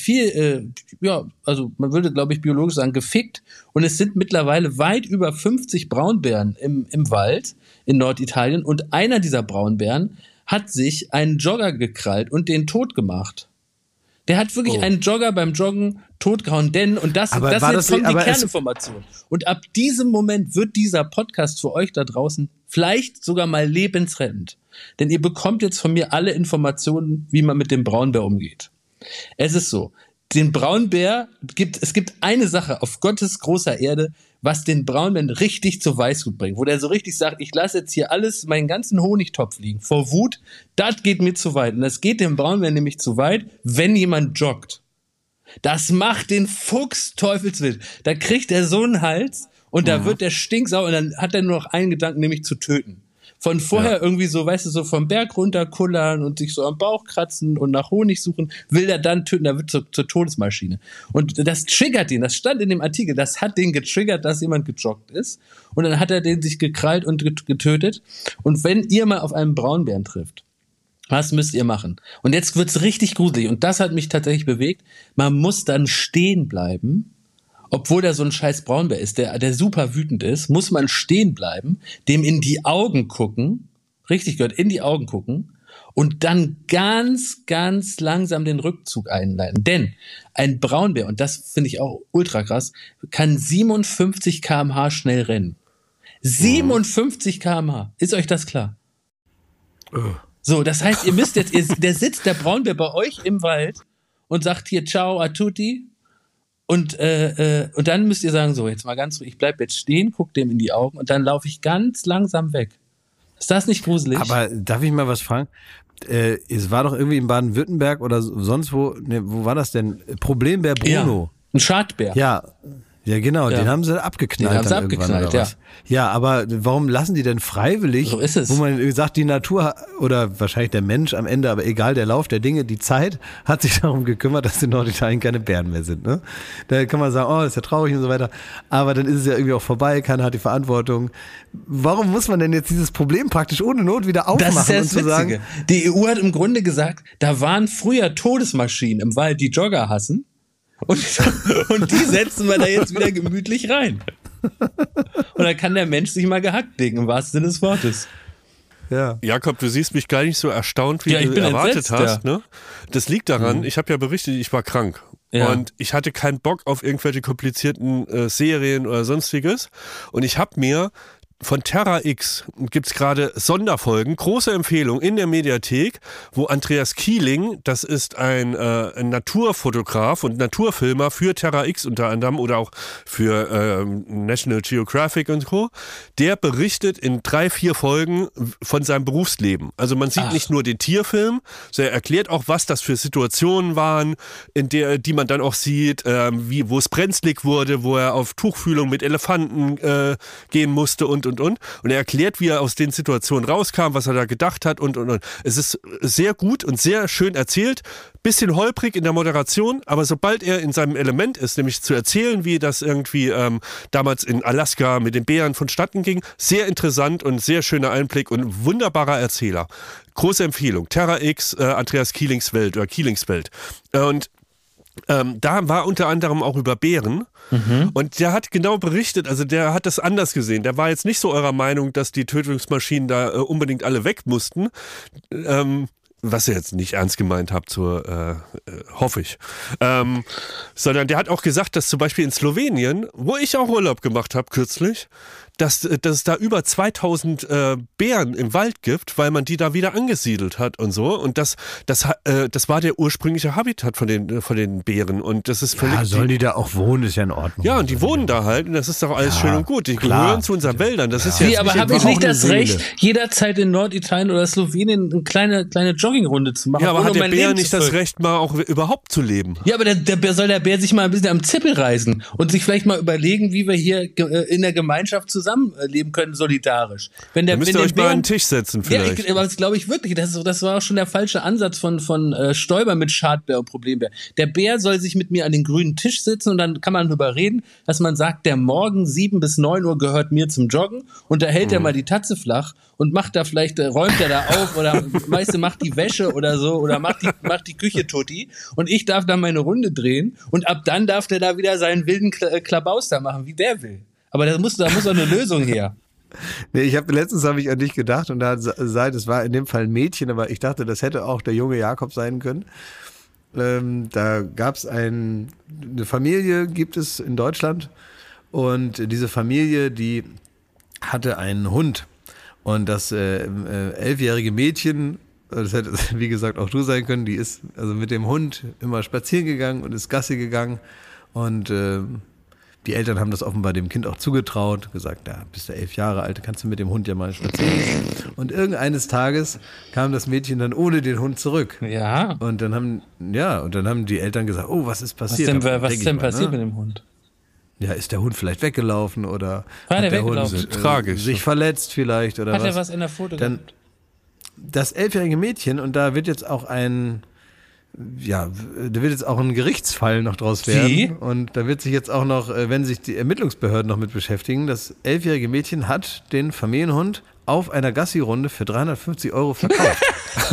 also man würde, glaube ich, biologisch sagen, gefickt. Und es sind mittlerweile weit über 50 Braunbären im Wald in Norditalien. Und einer dieser Braunbären hat sich einen Jogger gekrallt und den tot gemacht. Der hat wirklich einen Jogger beim Joggen totgehauen, und jetzt kommt die Kerninformation. Und ab diesem Moment wird dieser Podcast für euch da draußen vielleicht sogar mal lebensrettend. Denn ihr bekommt jetzt von mir alle Informationen, wie man mit dem Braunbär umgeht. Es ist so, es gibt eine Sache auf Gottes großer Erde, was den Braunbären richtig zur Weißglut bringt, wo der so richtig sagt, ich lasse jetzt hier meinen ganzen Honigtopf liegen, vor Wut, das geht mir zu weit. Und das geht dem Braunbären nämlich zu weit, wenn jemand joggt. Das macht den Fuchs teufelswild. Da kriegt er so einen Hals und da wird der stinksauer und dann hat er nur noch einen Gedanken, nämlich zu töten. Von vorher irgendwie so, weißt du, so vom Berg runterkullern und sich so am Bauch kratzen und nach Honig suchen, will er dann töten, da wird zur Todesmaschine. Und das triggert ihn, das stand in dem Artikel, das hat den getriggert, dass jemand gejoggt ist. Und dann hat er den sich gekrallt und getötet. Und wenn ihr mal auf einen Braunbären trifft, was müsst ihr machen? Und jetzt wird's richtig gruselig. Und das hat mich tatsächlich bewegt. Man muss dann stehen bleiben. Obwohl der so ein scheiß Braunbär ist, der super wütend ist, muss man stehen bleiben, dem in die Augen gucken, richtig gehört, in die Augen gucken und dann ganz, ganz langsam den Rückzug einleiten. Denn ein Braunbär, und das finde ich auch ultra krass, kann 57 km/h schnell rennen. 57 km/h. Ist euch das klar? So, das heißt, ihr müsst jetzt, der sitzt der Braunbär bei euch im Wald und sagt hier ciao a tutti. Und dann müsst ihr sagen, so, jetzt mal ganz ruhig, ich bleib jetzt stehen, guck dem in die Augen und dann laufe ich ganz langsam weg. Ist das nicht gruselig? Aber darf ich mal was fragen? Es war doch irgendwie in Baden-Württemberg oder sonst wo, wo war das denn? Problembär Bruno. Ja, ein Schadbär. Ja, genau, den haben sie abgeknallt. Ja, aber warum lassen die denn freiwillig, so ist es, wo man sagt, die Natur oder wahrscheinlich der Mensch am Ende, aber egal, der Lauf der Dinge, die Zeit hat sich darum gekümmert, dass in Norditalien keine Bären mehr sind. Ne? Da kann man sagen, das ist ja traurig und so weiter, aber dann ist es ja irgendwie auch vorbei, keiner hat die Verantwortung. Warum muss man denn jetzt dieses Problem praktisch ohne Not wieder aufmachen? Das ist ja das Witzige. Die EU hat im Grunde gesagt, da waren früher Todesmaschinen im Wald, die Jogger hassen. Und die setzen wir da jetzt wieder gemütlich rein. Und dann kann der Mensch sich mal gehackt legen, im wahrsten Sinne des Wortes. Ja. Jakob, du siehst mich gar nicht so erstaunt, wie du erwartet hast. Ne? Das liegt daran, ich habe ja berichtet, ich war krank. Ja. Und ich hatte keinen Bock auf irgendwelche komplizierten Serien oder sonstiges. Und ich habe mir von Terra X gibt's gerade Sonderfolgen, große Empfehlung in der Mediathek, wo Andreas Kieling, das ist ein Naturfotograf und Naturfilmer für Terra X unter anderem oder auch für National Geographic und so, der berichtet in 3-4 Folgen von seinem Berufsleben. Also man sieht nicht nur den Tierfilm, sondern er erklärt auch, was das für Situationen waren, die man dann auch sieht, wo es brenzlig wurde, wo er auf Tuchfühlung mit Elefanten gehen musste und und. Und er erklärt, wie er aus den Situationen rauskam, was er da gedacht hat und. Es ist sehr gut und sehr schön erzählt. Bisschen holprig in der Moderation, aber sobald er in seinem Element ist, nämlich zu erzählen, wie das irgendwie damals in Alaska mit den Bären vonstatten ging, sehr interessant und sehr schöner Einblick und wunderbarer Erzähler. Große Empfehlung. Terra X, Andreas Kielings Welt oder Kielings Welt. Und da war unter anderem auch über Bären und der hat genau berichtet, also der hat das anders gesehen. Der war jetzt nicht so eurer Meinung, dass die Tötungsmaschinen da unbedingt alle weg mussten. Was ihr jetzt nicht ernst gemeint habt, hoffe ich. Sondern der hat auch gesagt, dass zum Beispiel in Slowenien, wo ich auch Urlaub gemacht habe kürzlich, dass es da über 2000 Bären im Wald gibt, weil man die da wieder angesiedelt hat und so. Und das war der ursprüngliche Habitat von den Bären. Und das ist völlig. Ja, sollen die da auch wohnen, ist ja in Ordnung. Ja, und die wohnen da halt und das ist doch alles schön und gut. Die gehören zu unseren Wäldern. Das ist ja. Nee, aber habe ich nicht das Recht, jederzeit in Norditalien oder Slowenien eine kleine Joggingrunde zu machen? Ja, aber hat der Bär nicht das Recht, mal auch überhaupt zu leben? Ja, aber soll der Bär sich mal ein bisschen am Zippel reißen und sich vielleicht mal überlegen, wie wir hier in der Gemeinschaft zusammenleben können, solidarisch. Dann müsst ihr euch mal an den Tisch setzen vielleicht. Ja, aber das glaube ich wirklich. Das war auch schon der falsche Ansatz von Stoiber mit Schadbär und Problembär. Der Bär soll sich mit mir an den grünen Tisch sitzen und dann kann man darüber reden, dass man sagt, der Morgen 7 bis 9 Uhr gehört mir zum Joggen und da hält er mal die Tatze flach und macht da vielleicht, räumt er da auf oder meiste macht die Wäsche oder so oder macht die Küche tutti und ich darf dann meine Runde drehen und ab dann darf der da wieder seinen wilden Klabaus da machen, wie der will. Aber da muss doch eine Lösung her. Nee, letztens habe ich an dich gedacht und da es war in dem Fall ein Mädchen, aber ich dachte, das hätte auch der junge Jakob sein können. Da gab es eine Familie, gibt es in Deutschland und diese Familie, die hatte einen Hund und das 11-jährige Mädchen, das hätte wie gesagt auch du sein können, die ist also mit dem Hund immer spazieren gegangen und ist Gassi gegangen und die Eltern haben das offenbar dem Kind auch zugetraut, gesagt, ja, bist du 11 Jahre alt, kannst du mit dem Hund ja mal spazieren gehen. Und irgendeines Tages kam das Mädchen dann ohne den Hund zurück. Ja. Und dann haben die Eltern gesagt, oh, was ist passiert? Was ist denn passiert mit dem Hund? Ja, ist der Hund vielleicht weggelaufen oder war hat der der weggelaufen? Hund Tragisch. sich verletzt vielleicht oder Hat was? er was in der Foto gehabt? Das 11-jährige Mädchen, und da wird jetzt auch da wird jetzt auch ein Gerichtsfall noch draus werden. Wie? Und da wird sich jetzt auch noch, wenn sich die Ermittlungsbehörden noch mit beschäftigen, das 11-jährige Mädchen hat den Familienhund auf einer Gassi-Runde für 350 € verkauft.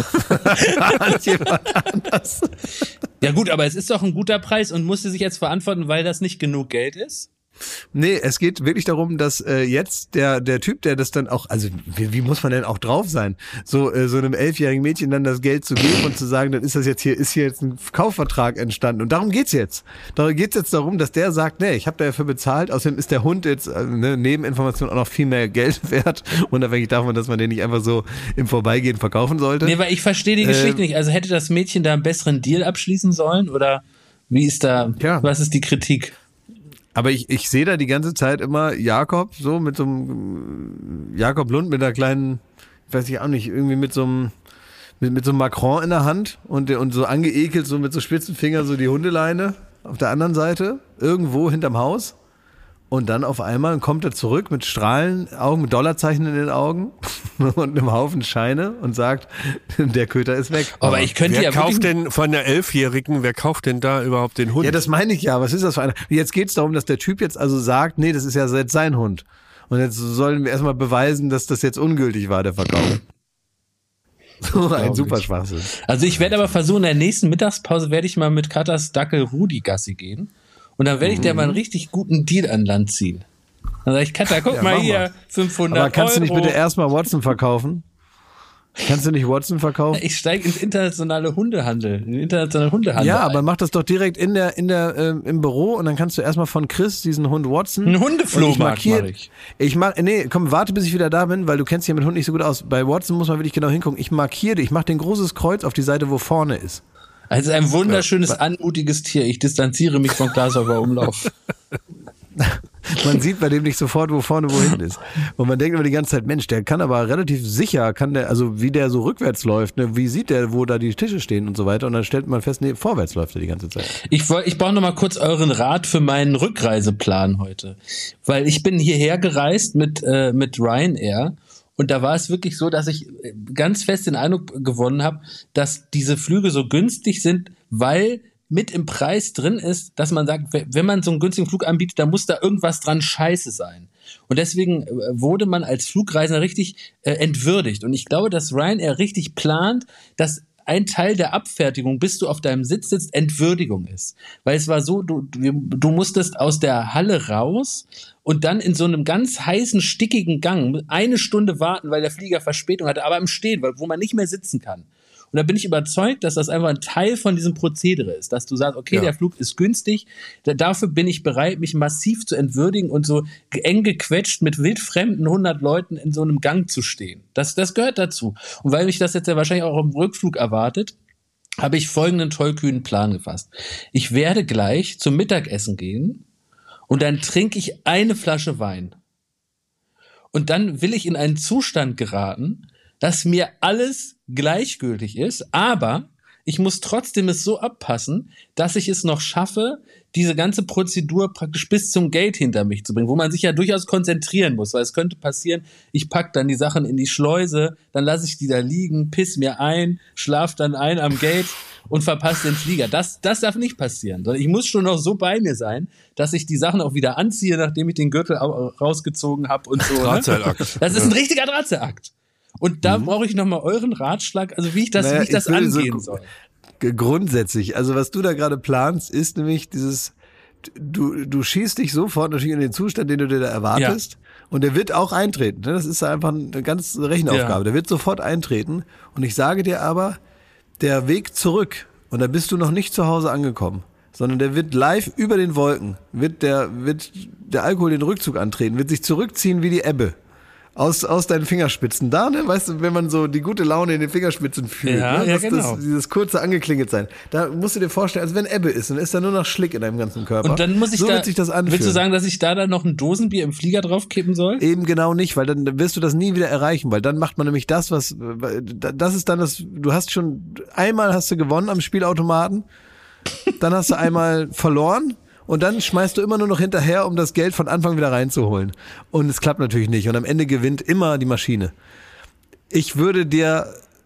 An jemand anders. Ja gut, aber es ist doch ein guter Preis und musste sich jetzt verantworten, weil das nicht genug Geld ist? Nee, es geht wirklich darum, dass jetzt der Typ, der das dann auch, also wie muss man denn auch drauf sein, so einem 11-jährigen Mädchen dann das Geld zu geben und zu sagen, dann ist hier jetzt ein Kaufvertrag entstanden und darum geht's jetzt. Darum geht's jetzt darum, dass der sagt, nee, ich habe dafür bezahlt, außerdem ist der Hund jetzt Nebeninformation auch noch viel mehr Geld wert, unabhängig davon, dass man den nicht einfach so im Vorbeigehen verkaufen sollte. Nee, weil ich verstehe die Geschichte nicht. Also hätte das Mädchen da einen besseren Deal abschließen sollen oder wie ist da, was ist die Kritik? Aber ich sehe da die ganze Zeit immer Jakob so mit so einem Jakob Lund mit einer kleinen, weiß ich auch nicht, irgendwie mit so einem Macron in der Hand und so angeekelt so mit so spitzen Fingern so die Hundeleine auf der anderen Seite irgendwo hinterm Haus und dann auf einmal kommt er zurück mit Strahlenaugen, mit Dollarzeichen in den Augen und einem Haufen Scheine und sagt, der Köter ist weg. Aber ich könnte wer kauft denn von der 11-Jährigen, wer kauft denn da überhaupt den Hund? Ja, das meine ich ja. Was ist das für einer? Jetzt geht es darum, dass der Typ jetzt also sagt, nee, das ist ja jetzt sein Hund. Und jetzt sollen wir erstmal beweisen, dass das jetzt ungültig war, der Verkauf. So ein super Schwachsinn. Also ich werde aber versuchen, in der nächsten Mittagspause werde ich mal mit Katas Dackel Rudi Gassi gehen. Und dann werde ich dir mal einen richtig guten Deal an Land ziehen. Dann sage ich, Katja, guck mal hier, 500 Aber kannst du nicht Euro. bitte erstmal Watson verkaufen? Kannst du nicht Watson verkaufen? Ich steige ins internationale Hundehandel. Ja, aber mach das doch direkt im Büro und dann kannst du erstmal von Chris diesen Hund Watson. Ein Hundeflohmarkt mache ich. Warte, bis ich wieder da bin, weil du kennst dich ja mit Hund nicht so gut aus. Bei Watson muss man wirklich genau hingucken. Ich markiere dich, ich mache den großes Kreuz auf die Seite, wo vorne ist. Also ein wunderschönes, anmutiges Tier. Ich distanziere mich von Glashäufer Umlauf. man sieht bei dem nicht sofort, wo vorne wohin ist. Und man denkt immer die ganze Zeit, Mensch, der kann aber relativ sicher, also wie der so rückwärts läuft, ne? Wie sieht der, wo da die Tische stehen und so weiter. Und dann stellt man fest, nee, vorwärts läuft er die ganze Zeit. Ich brauche noch mal kurz euren Rat für meinen Rückreiseplan heute. Weil ich bin hierher gereist mit Ryanair. Und da war es wirklich so, dass ich ganz fest den Eindruck gewonnen habe, dass diese Flüge so günstig sind, weil mit im Preis drin ist, dass man sagt, wenn man so einen günstigen Flug anbietet, dann muss da irgendwas dran scheiße sein. Und deswegen wurde man als Flugreisender richtig entwürdigt. Und ich glaube, dass Ryanair richtig plant, dass ein Teil der Abfertigung, bis du auf deinem Sitz sitzt, Entwürdigung ist. Weil es war so, du musstest aus der Halle raus und dann in so einem ganz heißen, stickigen Gang 1 Stunde warten, weil der Flieger Verspätung hatte, aber im Stehen, wo man nicht mehr sitzen kann. Und da bin ich überzeugt, dass das einfach ein Teil von diesem Prozedere ist, dass du sagst, okay, der Flug ist günstig, dafür bin ich bereit, mich massiv zu entwürdigen und so eng gequetscht mit wildfremden 100 Leuten in so einem Gang zu stehen. Das gehört dazu. Und weil mich das jetzt ja wahrscheinlich auch im Rückflug erwartet, habe ich folgenden tollkühnen Plan gefasst. Ich werde gleich zum Mittagessen gehen und dann trinke ich eine Flasche Wein. Und dann will ich in einen Zustand geraten, dass mir alles gleichgültig ist, aber ich muss trotzdem es so abpassen, dass ich es noch schaffe, diese ganze Prozedur praktisch bis zum Gate hinter mich zu bringen, wo man sich ja durchaus konzentrieren muss, weil es könnte passieren, ich pack dann die Sachen in die Schleuse, dann lasse ich die da liegen, piss mir ein, schlaf dann ein am Gate und verpasse den Flieger. Das darf nicht passieren, sondern ich muss schon noch so bei mir sein, dass ich die Sachen auch wieder anziehe, nachdem ich den Gürtel rausgezogen habe und so. Drahtseilakt. Das ist ein richtiger Drahtseilakt. Und da brauche ich nochmal euren Ratschlag, also wie ich das angehen soll. Grundsätzlich, also was du da gerade planst, ist nämlich dieses, du schießt dich sofort natürlich in den Zustand, den du dir da erwartest, und der wird auch eintreten. Das ist einfach eine ganz Rechenaufgabe. Der wird sofort eintreten. Und ich sage dir aber, der Weg zurück, und da bist du noch nicht zu Hause angekommen, sondern der wird live über den Wolken, wird der Alkohol den Rückzug antreten, wird sich zurückziehen wie die Ebbe. Aus deinen Fingerspitzen. Da, ne, weißt du, wenn man so die gute Laune in den Fingerspitzen fühlt, genau. Dieses kurze angeklingelt sein. Da musst du dir vorstellen, als wenn Ebbe ist, dann ist da nur noch Schlick in deinem ganzen Körper. Und dann muss ich wird sich das anfühlen. Willst du sagen, dass ich da dann noch ein Dosenbier im Flieger draufkippen soll? Eben genau nicht, weil dann wirst du das nie wieder erreichen, weil dann macht man nämlich das ist dann du hast schon, einmal hast du gewonnen am Spielautomaten, dann hast du einmal verloren, und dann schmeißt du immer nur noch hinterher, um das Geld von Anfang wieder reinzuholen. Und es klappt natürlich nicht. Und am Ende gewinnt immer die Maschine. Ich würde dir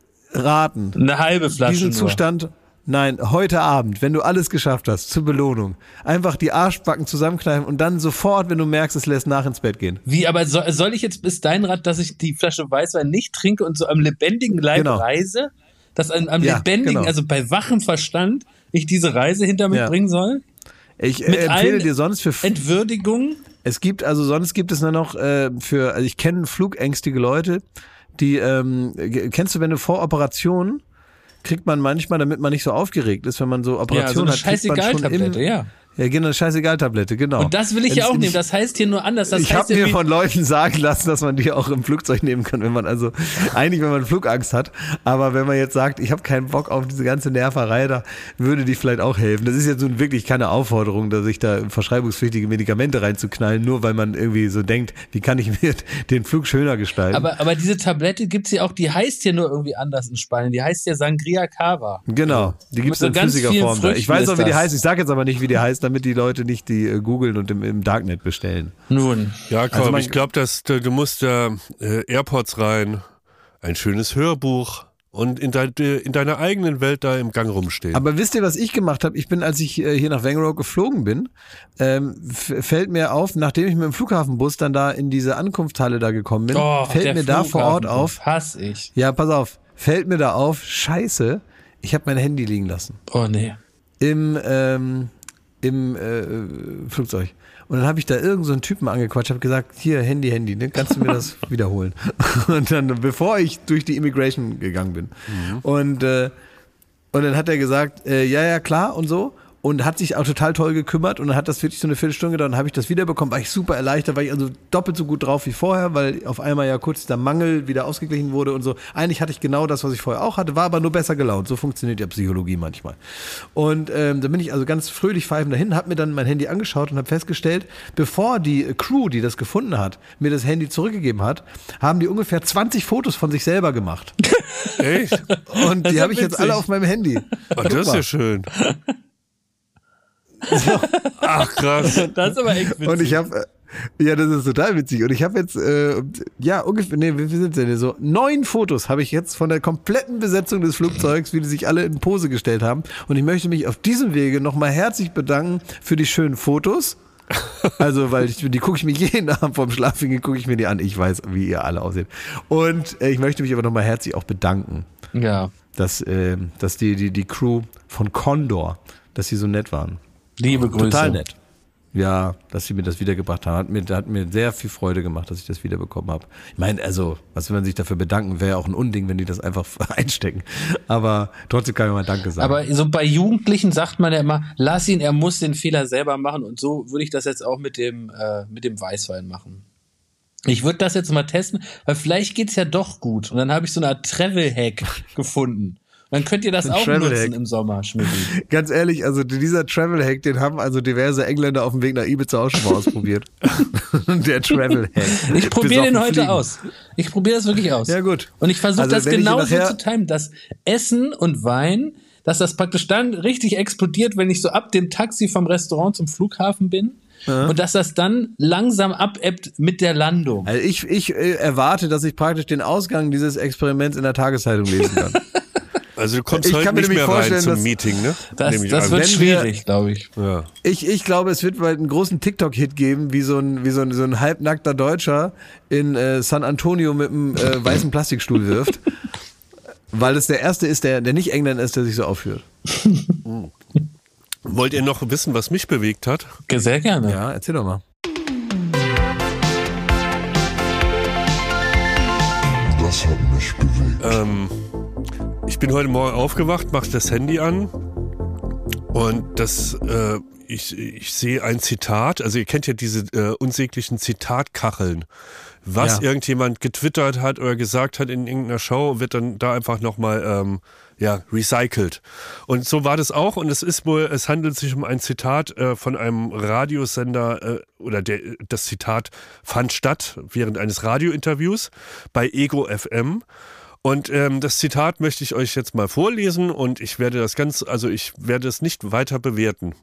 raten, eine halbe Flasche diesen nur. Zustand, nein, heute Abend, wenn du alles geschafft hast, zur Belohnung, einfach die Arschbacken zusammenkneifen und dann sofort, wenn du merkst, es lässt nach ins Bett gehen. Wie, aber soll ich jetzt, ist dein Rat, dass ich die Flasche Weißwein nicht trinke und so am lebendigen Leib reise? Dass am lebendigen, also bei wachem Verstand, ich diese Reise hinter mich bringen soll? Ich empfehle dir sonst für Entwürdigung. Sonst gibt es nur noch also ich kenne flugängstige Leute, die kennst du, wenn du vor Operationen kriegt man manchmal, damit man nicht so aufgeregt ist, wenn man so Operationen hat, kriegt man schon Ja, genau, eine Scheißegal-Tablette, genau. Und das will ich ja auch nehmen, das heißt hier nur anders. Ich habe mir von Leuten sagen lassen, dass man die auch im Flugzeug nehmen kann, wenn man wenn man Flugangst hat, aber wenn man jetzt sagt, ich habe keinen Bock auf diese ganze Nerverei, da würde die vielleicht auch helfen. Das ist jetzt nun wirklich keine Aufforderung, dass sich da verschreibungspflichtige Medikamente reinzuknallen, nur weil man irgendwie so denkt, wie kann ich mir den Flug schöner gestalten. Aber diese Tablette gibt's ja auch, die heißt hier nur irgendwie anders in Spanien, die heißt ja Sangria Cava. Genau, die gibt's in flüssiger Form da. Ich weiß auch, wie die heißt, ich sage jetzt aber nicht, wie die heißt, damit die Leute nicht die googeln und im Darknet bestellen. Nun. Ja, komm, also ich glaube, du musst da AirPods rein, ein schönes Hörbuch und in deiner eigenen Welt da im Gang rumstehen. Aber wisst ihr, was ich gemacht habe? Als ich hier nach Wangerooge geflogen bin, fällt mir auf, nachdem ich mit dem Flughafenbus dann da in diese Ankunftshalle da gekommen bin, fällt mir da vor Ort auf. Hasse ich. Ja, pass auf. Fällt mir da auf, scheiße, ich habe mein Handy liegen lassen. Oh nee. Im Flugzeug. Und dann habe ich da irgend so einen Typen angequatscht, habe gesagt, hier, Handy, ne? Kannst du mir das wiederholen? Und dann, bevor ich durch die Immigration gegangen bin. Und dann hat er gesagt, ja, klar und so. und hat sich auch total toll gekümmert und dann hat das wirklich so eine Viertelstunde gedauert, dann habe ich das wiederbekommen, war ich super erleichtert, war ich also doppelt so gut drauf wie vorher, weil auf einmal ja kurz der Mangel wieder ausgeglichen wurde und so. Eigentlich hatte ich genau das, was ich vorher auch hatte, war aber nur besser gelaunt. So funktioniert ja Psychologie manchmal. Und dann bin ich also ganz fröhlich pfeifend dahin, habe mir dann mein Handy angeschaut und habe festgestellt, bevor die Crew, die das gefunden hat, mir das Handy zurückgegeben hat, haben die ungefähr 20 Fotos von sich selber gemacht. Echt? Und die habe ich jetzt alle auf meinem Handy. Oh, das ist ja schön. Ach, krass. Das ist aber echt witzig. Und ich habe, ja, das ist total witzig. Und ich habe jetzt, ungefähr, wie viel sind denn so? 9 Fotos habe ich jetzt von der kompletten Besetzung des Flugzeugs, wie die sich alle in Pose gestellt haben. Und ich möchte mich auf diesem Wege nochmal herzlich bedanken für die schönen Fotos. Also, weil die gucke ich mir jeden Abend vorm Schlafengehen, gucke ich mir die an. Ich weiß, wie ihr alle aussieht. Und ich möchte mich aber nochmal herzlich auch bedanken. Ja. Dass die Crew von Condor, dass sie so nett waren. Liebe Grüße. Total nett. Ja, dass sie mir das wiedergebracht haben. Hat mir sehr viel Freude gemacht, dass ich das wiederbekommen habe. Ich meine, also, was will man sich dafür bedanken? Wäre ja auch ein Unding, wenn die das einfach einstecken. Aber trotzdem kann ich mal Danke sagen. Aber so bei Jugendlichen sagt man ja immer, lass ihn, er muss den Fehler selber machen. Und so würde ich das jetzt auch mit dem Weißwein machen. Ich würde das jetzt mal testen, weil vielleicht geht's ja doch gut. Und dann habe ich so eine Art Travel-Hack gefunden. Dann könnt ihr das auch nutzen im Sommer, Schmidt. Ganz ehrlich, also dieser Travel-Hack, den haben also diverse Engländer auf dem Weg nach Ibiza auch schon mal ausprobiert. Der Travel-Hack. Ich probiere den heute aus. Ich probiere das wirklich aus. Ja, gut. Und ich versuche Also, das genau so zu timen, dass Essen und Wein, dass das praktisch dann richtig explodiert, wenn ich so ab dem Taxi vom Restaurant zum Flughafen bin. Ja. Und dass das dann langsam abebbt mit der Landung. Also ich erwarte, dass ich praktisch den Ausgang dieses Experiments in der Tageszeitung lesen kann. Also du kommst heute nicht mehr rein zum Meeting, ne? Das wird schwierig, glaube ich. Ja. Ich glaube, es wird bald einen großen TikTok-Hit geben, wie so ein halbnackter Deutscher in San Antonio mit einem weißen Plastikstuhl wirft. Weil es der Erste ist, der nicht Engländer ist, der sich so aufführt. Wollt ihr noch wissen, was mich bewegt hat? Sehr gerne. Ja, erzähl doch mal. Das hat mich bewegt. Ich bin heute Morgen aufgewacht, mache das Handy an und ich sehe ein Zitat, also ihr kennt ja diese unsäglichen Zitatkacheln. Was irgendjemand getwittert hat oder gesagt hat in irgendeiner Show, wird dann da einfach nochmal recycelt. Und so war das auch und es handelt sich um ein Zitat von einem Radiosender das Zitat fand statt während eines Radiointerviews bei Ego FM. Und das Zitat möchte ich euch jetzt mal vorlesen und ich werde es nicht weiter bewerten.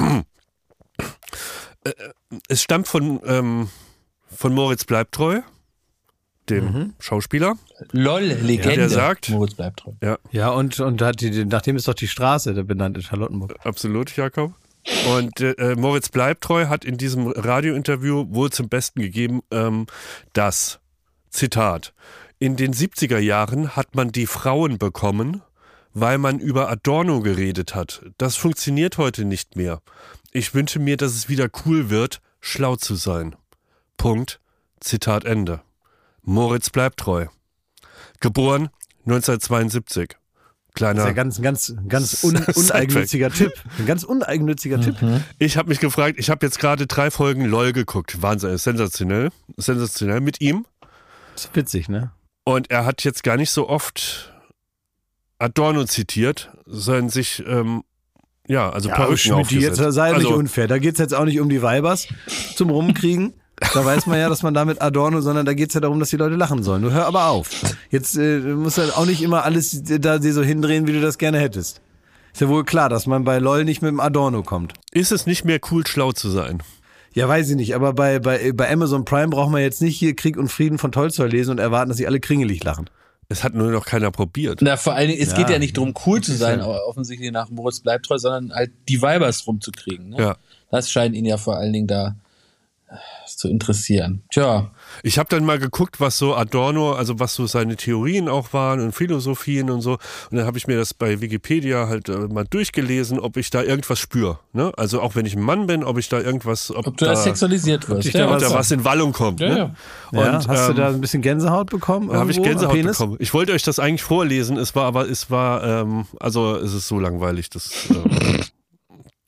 Es stammt von Moritz Bleibtreu, dem Schauspieler. Legende. Der sagt, Moritz Bleibtreu. Ja, und nachdem ist doch die Straße benannt in Charlottenburg. Absolut, Jakob. Und Moritz Bleibtreu hat in diesem Radiointerview wohl zum Besten gegeben, das Zitat: In den 70er Jahren hat man die Frauen bekommen, weil man über Adorno geredet hat. Das funktioniert heute nicht mehr. Ich wünsche mir, dass es wieder cool wird, schlau zu sein. Punkt. Zitat Ende. Moritz Bleibtreu. Geboren 1972. Kleiner. Das ist ja ganz uneigennütziger Tipp. Ein ganz uneigennütziger Tipp. Ich habe mich gefragt, ich habe jetzt gerade 3 Folgen LOL geguckt. Wahnsinn, sensationell. Sensationell mit ihm. Das ist witzig, ne? Und er hat jetzt gar nicht so oft Adorno zitiert, sondern sich, Perücken aufgesetzt. Sei nicht unfair. Da geht's jetzt auch nicht um die Weibers zum Rumkriegen. Da weiß man ja, dass man damit Adorno, sondern da geht's ja darum, dass die Leute lachen sollen. Du hör aber auf. Jetzt musst du auch nicht immer alles da dir so hindrehen, wie du das gerne hättest. Ist ja wohl klar, dass man bei LOL nicht mit dem Adorno kommt. Ist es nicht mehr cool, schlau zu sein? Ja, weiß ich nicht, aber bei Amazon Prime braucht man jetzt nicht hier Krieg und Frieden von Tolstoi lesen und erwarten, dass sie alle kringelig lachen. Es hat nur noch keiner probiert. Na, vor allen Dingen, es geht ja nicht darum, cool zu sein, offensichtlich nach Moritz Bleibtreu, sondern halt die Weibers rumzukriegen. Ne? Ja. Das scheint ihn ja vor allen Dingen da zu interessieren. Tja. Ich habe dann mal geguckt, was so Adorno, also was so seine Theorien auch waren und Philosophien und so. Und dann habe ich mir das bei Wikipedia halt mal durchgelesen, ob ich da irgendwas spüre. Ne? Also auch wenn ich ein Mann bin, ob ich da irgendwas... Ob du da sexualisiert wirst. Ob da was in Wallung kommt. Ja, ne? ja. Und, hast du da ein bisschen Gänsehaut bekommen? Da habe ich Gänsehaut bekommen. Ich wollte euch das eigentlich vorlesen, es ist so langweilig,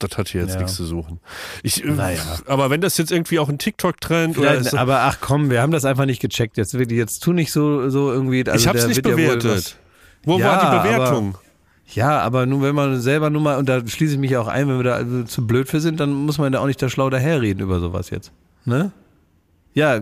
das hat hier jetzt nichts zu suchen. Naja. Aber wenn das jetzt irgendwie auch ein TikTok-Trend oder ist, aber ach komm, wir haben das einfach nicht gecheckt. Jetzt tu nicht so irgendwie. Also ich hab's nicht bewertet. Wo war die Bewertung? Aber nun, wenn man selber nur mal, und da schließe ich mich auch ein, wenn wir da zu blöd für sind, dann muss man da auch nicht da schlau daherreden über sowas jetzt. Ne? Ja,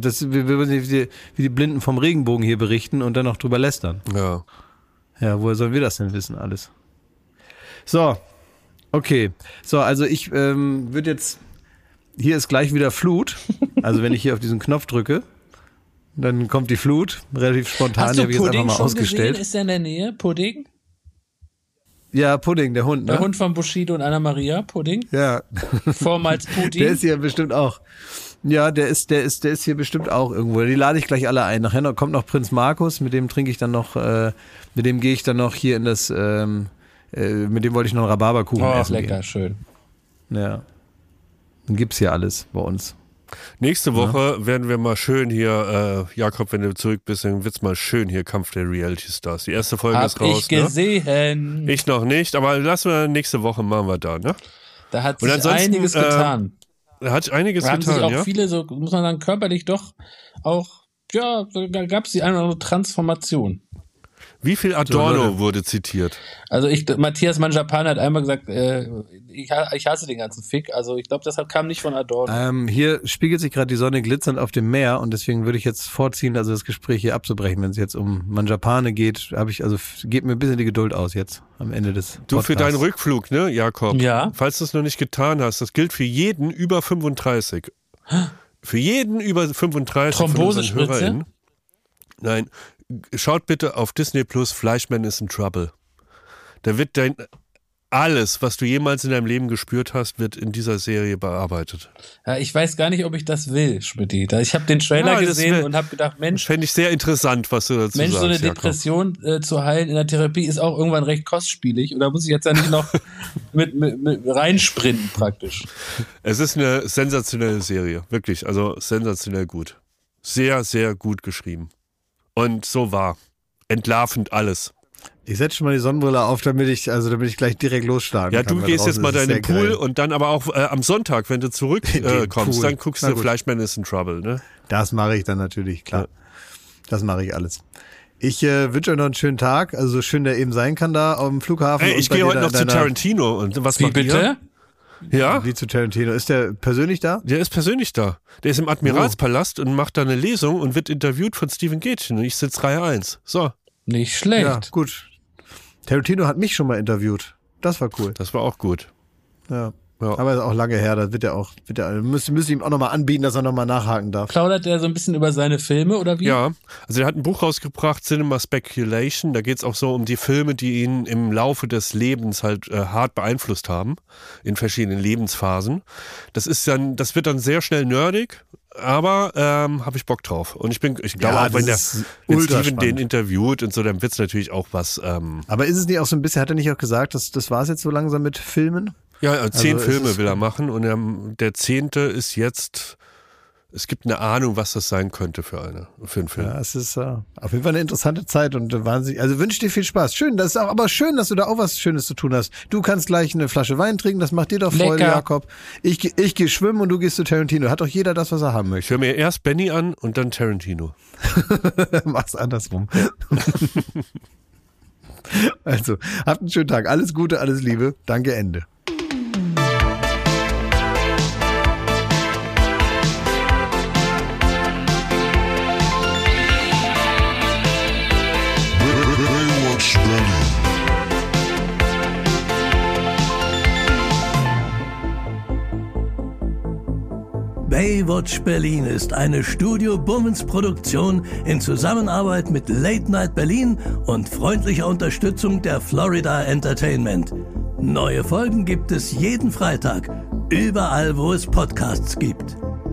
wie die Blinden vom Regenbogen hier berichten und dann noch drüber lästern. Ja. Ja, woher sollen wir das denn wissen alles? So, okay. So, also ich würde jetzt, hier ist gleich wieder Flut. Also wenn ich hier auf diesen Knopf drücke, dann kommt die Flut, relativ spontan. Hast du die habe ich jetzt Pudding einfach mal schon ausgestellt. gesehen? Ist der in der Nähe? Pudding? Ja, Pudding, der Hund, ne? Der Hund von Bushido und Anna-Maria, Pudding? Ja. Vormals Pudding? Der ist hier bestimmt auch. Ja, der ist hier bestimmt auch irgendwo. Die lade ich gleich alle ein. Nachher kommt noch Prinz Markus, mit dem trinke ich dann noch, mit dem gehe ich dann noch hier in das, mit dem wollte ich noch einen Rhabarberkuchen essen lecker, gehen. schön. Ja. Dann gibt's hier alles bei uns. Nächste Woche werden wir mal schön hier, Jakob, wenn du zurück bist, dann wird's mal schön hier Kampf der Reality Stars. Die erste Folge ist raus. Hab ich gesehen. Ne? Ich noch nicht, aber lassen wir nächste Woche machen wir da, ne? Da hat sich einiges getan. Da hat sich einiges da haben getan, sich auch ja? viele, so muss man sagen, körperlich doch auch, ja, da gab es die eine oder andere Transformation. Wie viel Adorno wurde zitiert? Also Matthias Manjapane hat einmal gesagt, ich hasse den ganzen Fick. Also ich glaube, das kam nicht von Adorno. Hier spiegelt sich gerade die Sonne glitzernd auf dem Meer und deswegen würde ich jetzt vorziehen, also das Gespräch hier abzubrechen. Wenn es jetzt um Manjapane geht, geht mir ein bisschen die Geduld aus jetzt am Ende des Podcasts. Du für deinen Rückflug, ne, Jakob? Ja. Falls du es noch nicht getan hast, das gilt für jeden über 35. Für jeden über 35 Thrombosespritze? Nein, schaut bitte auf Disney Plus, Fleischman is in Trouble. Da wird alles, was du jemals in deinem Leben gespürt hast, wird in dieser Serie bearbeitet. Ja, ich weiß gar nicht, ob ich das will, Schmidti. Ich habe den Trailer gesehen und habe gedacht, Mensch, fände ich sehr interessant, was du dazu sagst. So eine Depression zu heilen in der Therapie ist auch irgendwann recht kostspielig. Und da muss ich jetzt ja nicht noch mit reinsprinten praktisch. Es ist eine sensationelle Serie, wirklich, also sensationell gut. Sehr, sehr gut geschrieben. Und so war. Entlarvend alles. Ich setze schon mal die Sonnenbrille auf, damit ich gleich direkt losstarten kann. Ja, du gehst jetzt mal da in den Pool und dann aber auch am Sonntag, wenn du zurückkommst, dann guckst du Fleischman is in Trouble, ne? Das mache ich dann natürlich, klar. Ja. Das mache ich alles. Ich wünsche euch noch einen schönen Tag, also so schön der eben sein kann da auf dem Flughafen. Ich gehe heute noch zu Tarantino und was macht bitte? Ja? Wie zu Tarantino. Ist der persönlich da? Der ist persönlich da. Der ist im Admiralspalast und macht da eine Lesung und wird interviewt von Steven Gätchen und ich sitze Reihe 1. So. Nicht schlecht. Ja, gut. Tarantino hat mich schon mal interviewt. Das war cool. Das war auch gut. Ja. Aber ist auch lange her, da müsste ihm auch nochmal anbieten, dass er nochmal nachhaken darf. Plaudert der so ein bisschen über seine Filme oder wie? Ja, also er hat ein Buch rausgebracht, Cinema Speculation, da geht es auch so um die Filme, die ihn im Laufe des Lebens halt hart beeinflusst haben, in verschiedenen Lebensphasen. Das wird dann sehr schnell nerdig, aber habe ich Bock drauf. Und ich glaube auch, wenn Steven den interviewt und so, dann wird es natürlich auch was. Aber ist es nicht auch so ein bisschen, hat er nicht auch gesagt, das war es jetzt so langsam mit Filmen? Ja, 10 Filme will er machen und der 10. ist jetzt, es gibt eine Ahnung, was das sein könnte für einen Film. Ja, es ist auf jeden Fall eine interessante Zeit und wahnsinnig, also wünsche dir viel Spaß. Schön, das ist auch, aber schön, dass du da auch was Schönes zu tun hast. Du kannst gleich eine Flasche Wein trinken, das macht dir doch Freude, Jakob. Ich gehe schwimmen und du gehst zu Tarantino. Hat doch jeder das, was er haben möchte. Ich höre mir erst Benny an und dann Tarantino. Mach's andersrum. Also, habt einen schönen Tag. Alles Gute, alles Liebe. Danke, Ende. Baywatch Berlin ist eine Studio Bummens Produktion in Zusammenarbeit mit Late Night Berlin und freundlicher Unterstützung der Florida Entertainment. Neue Folgen gibt es jeden Freitag, überall wo es Podcasts gibt.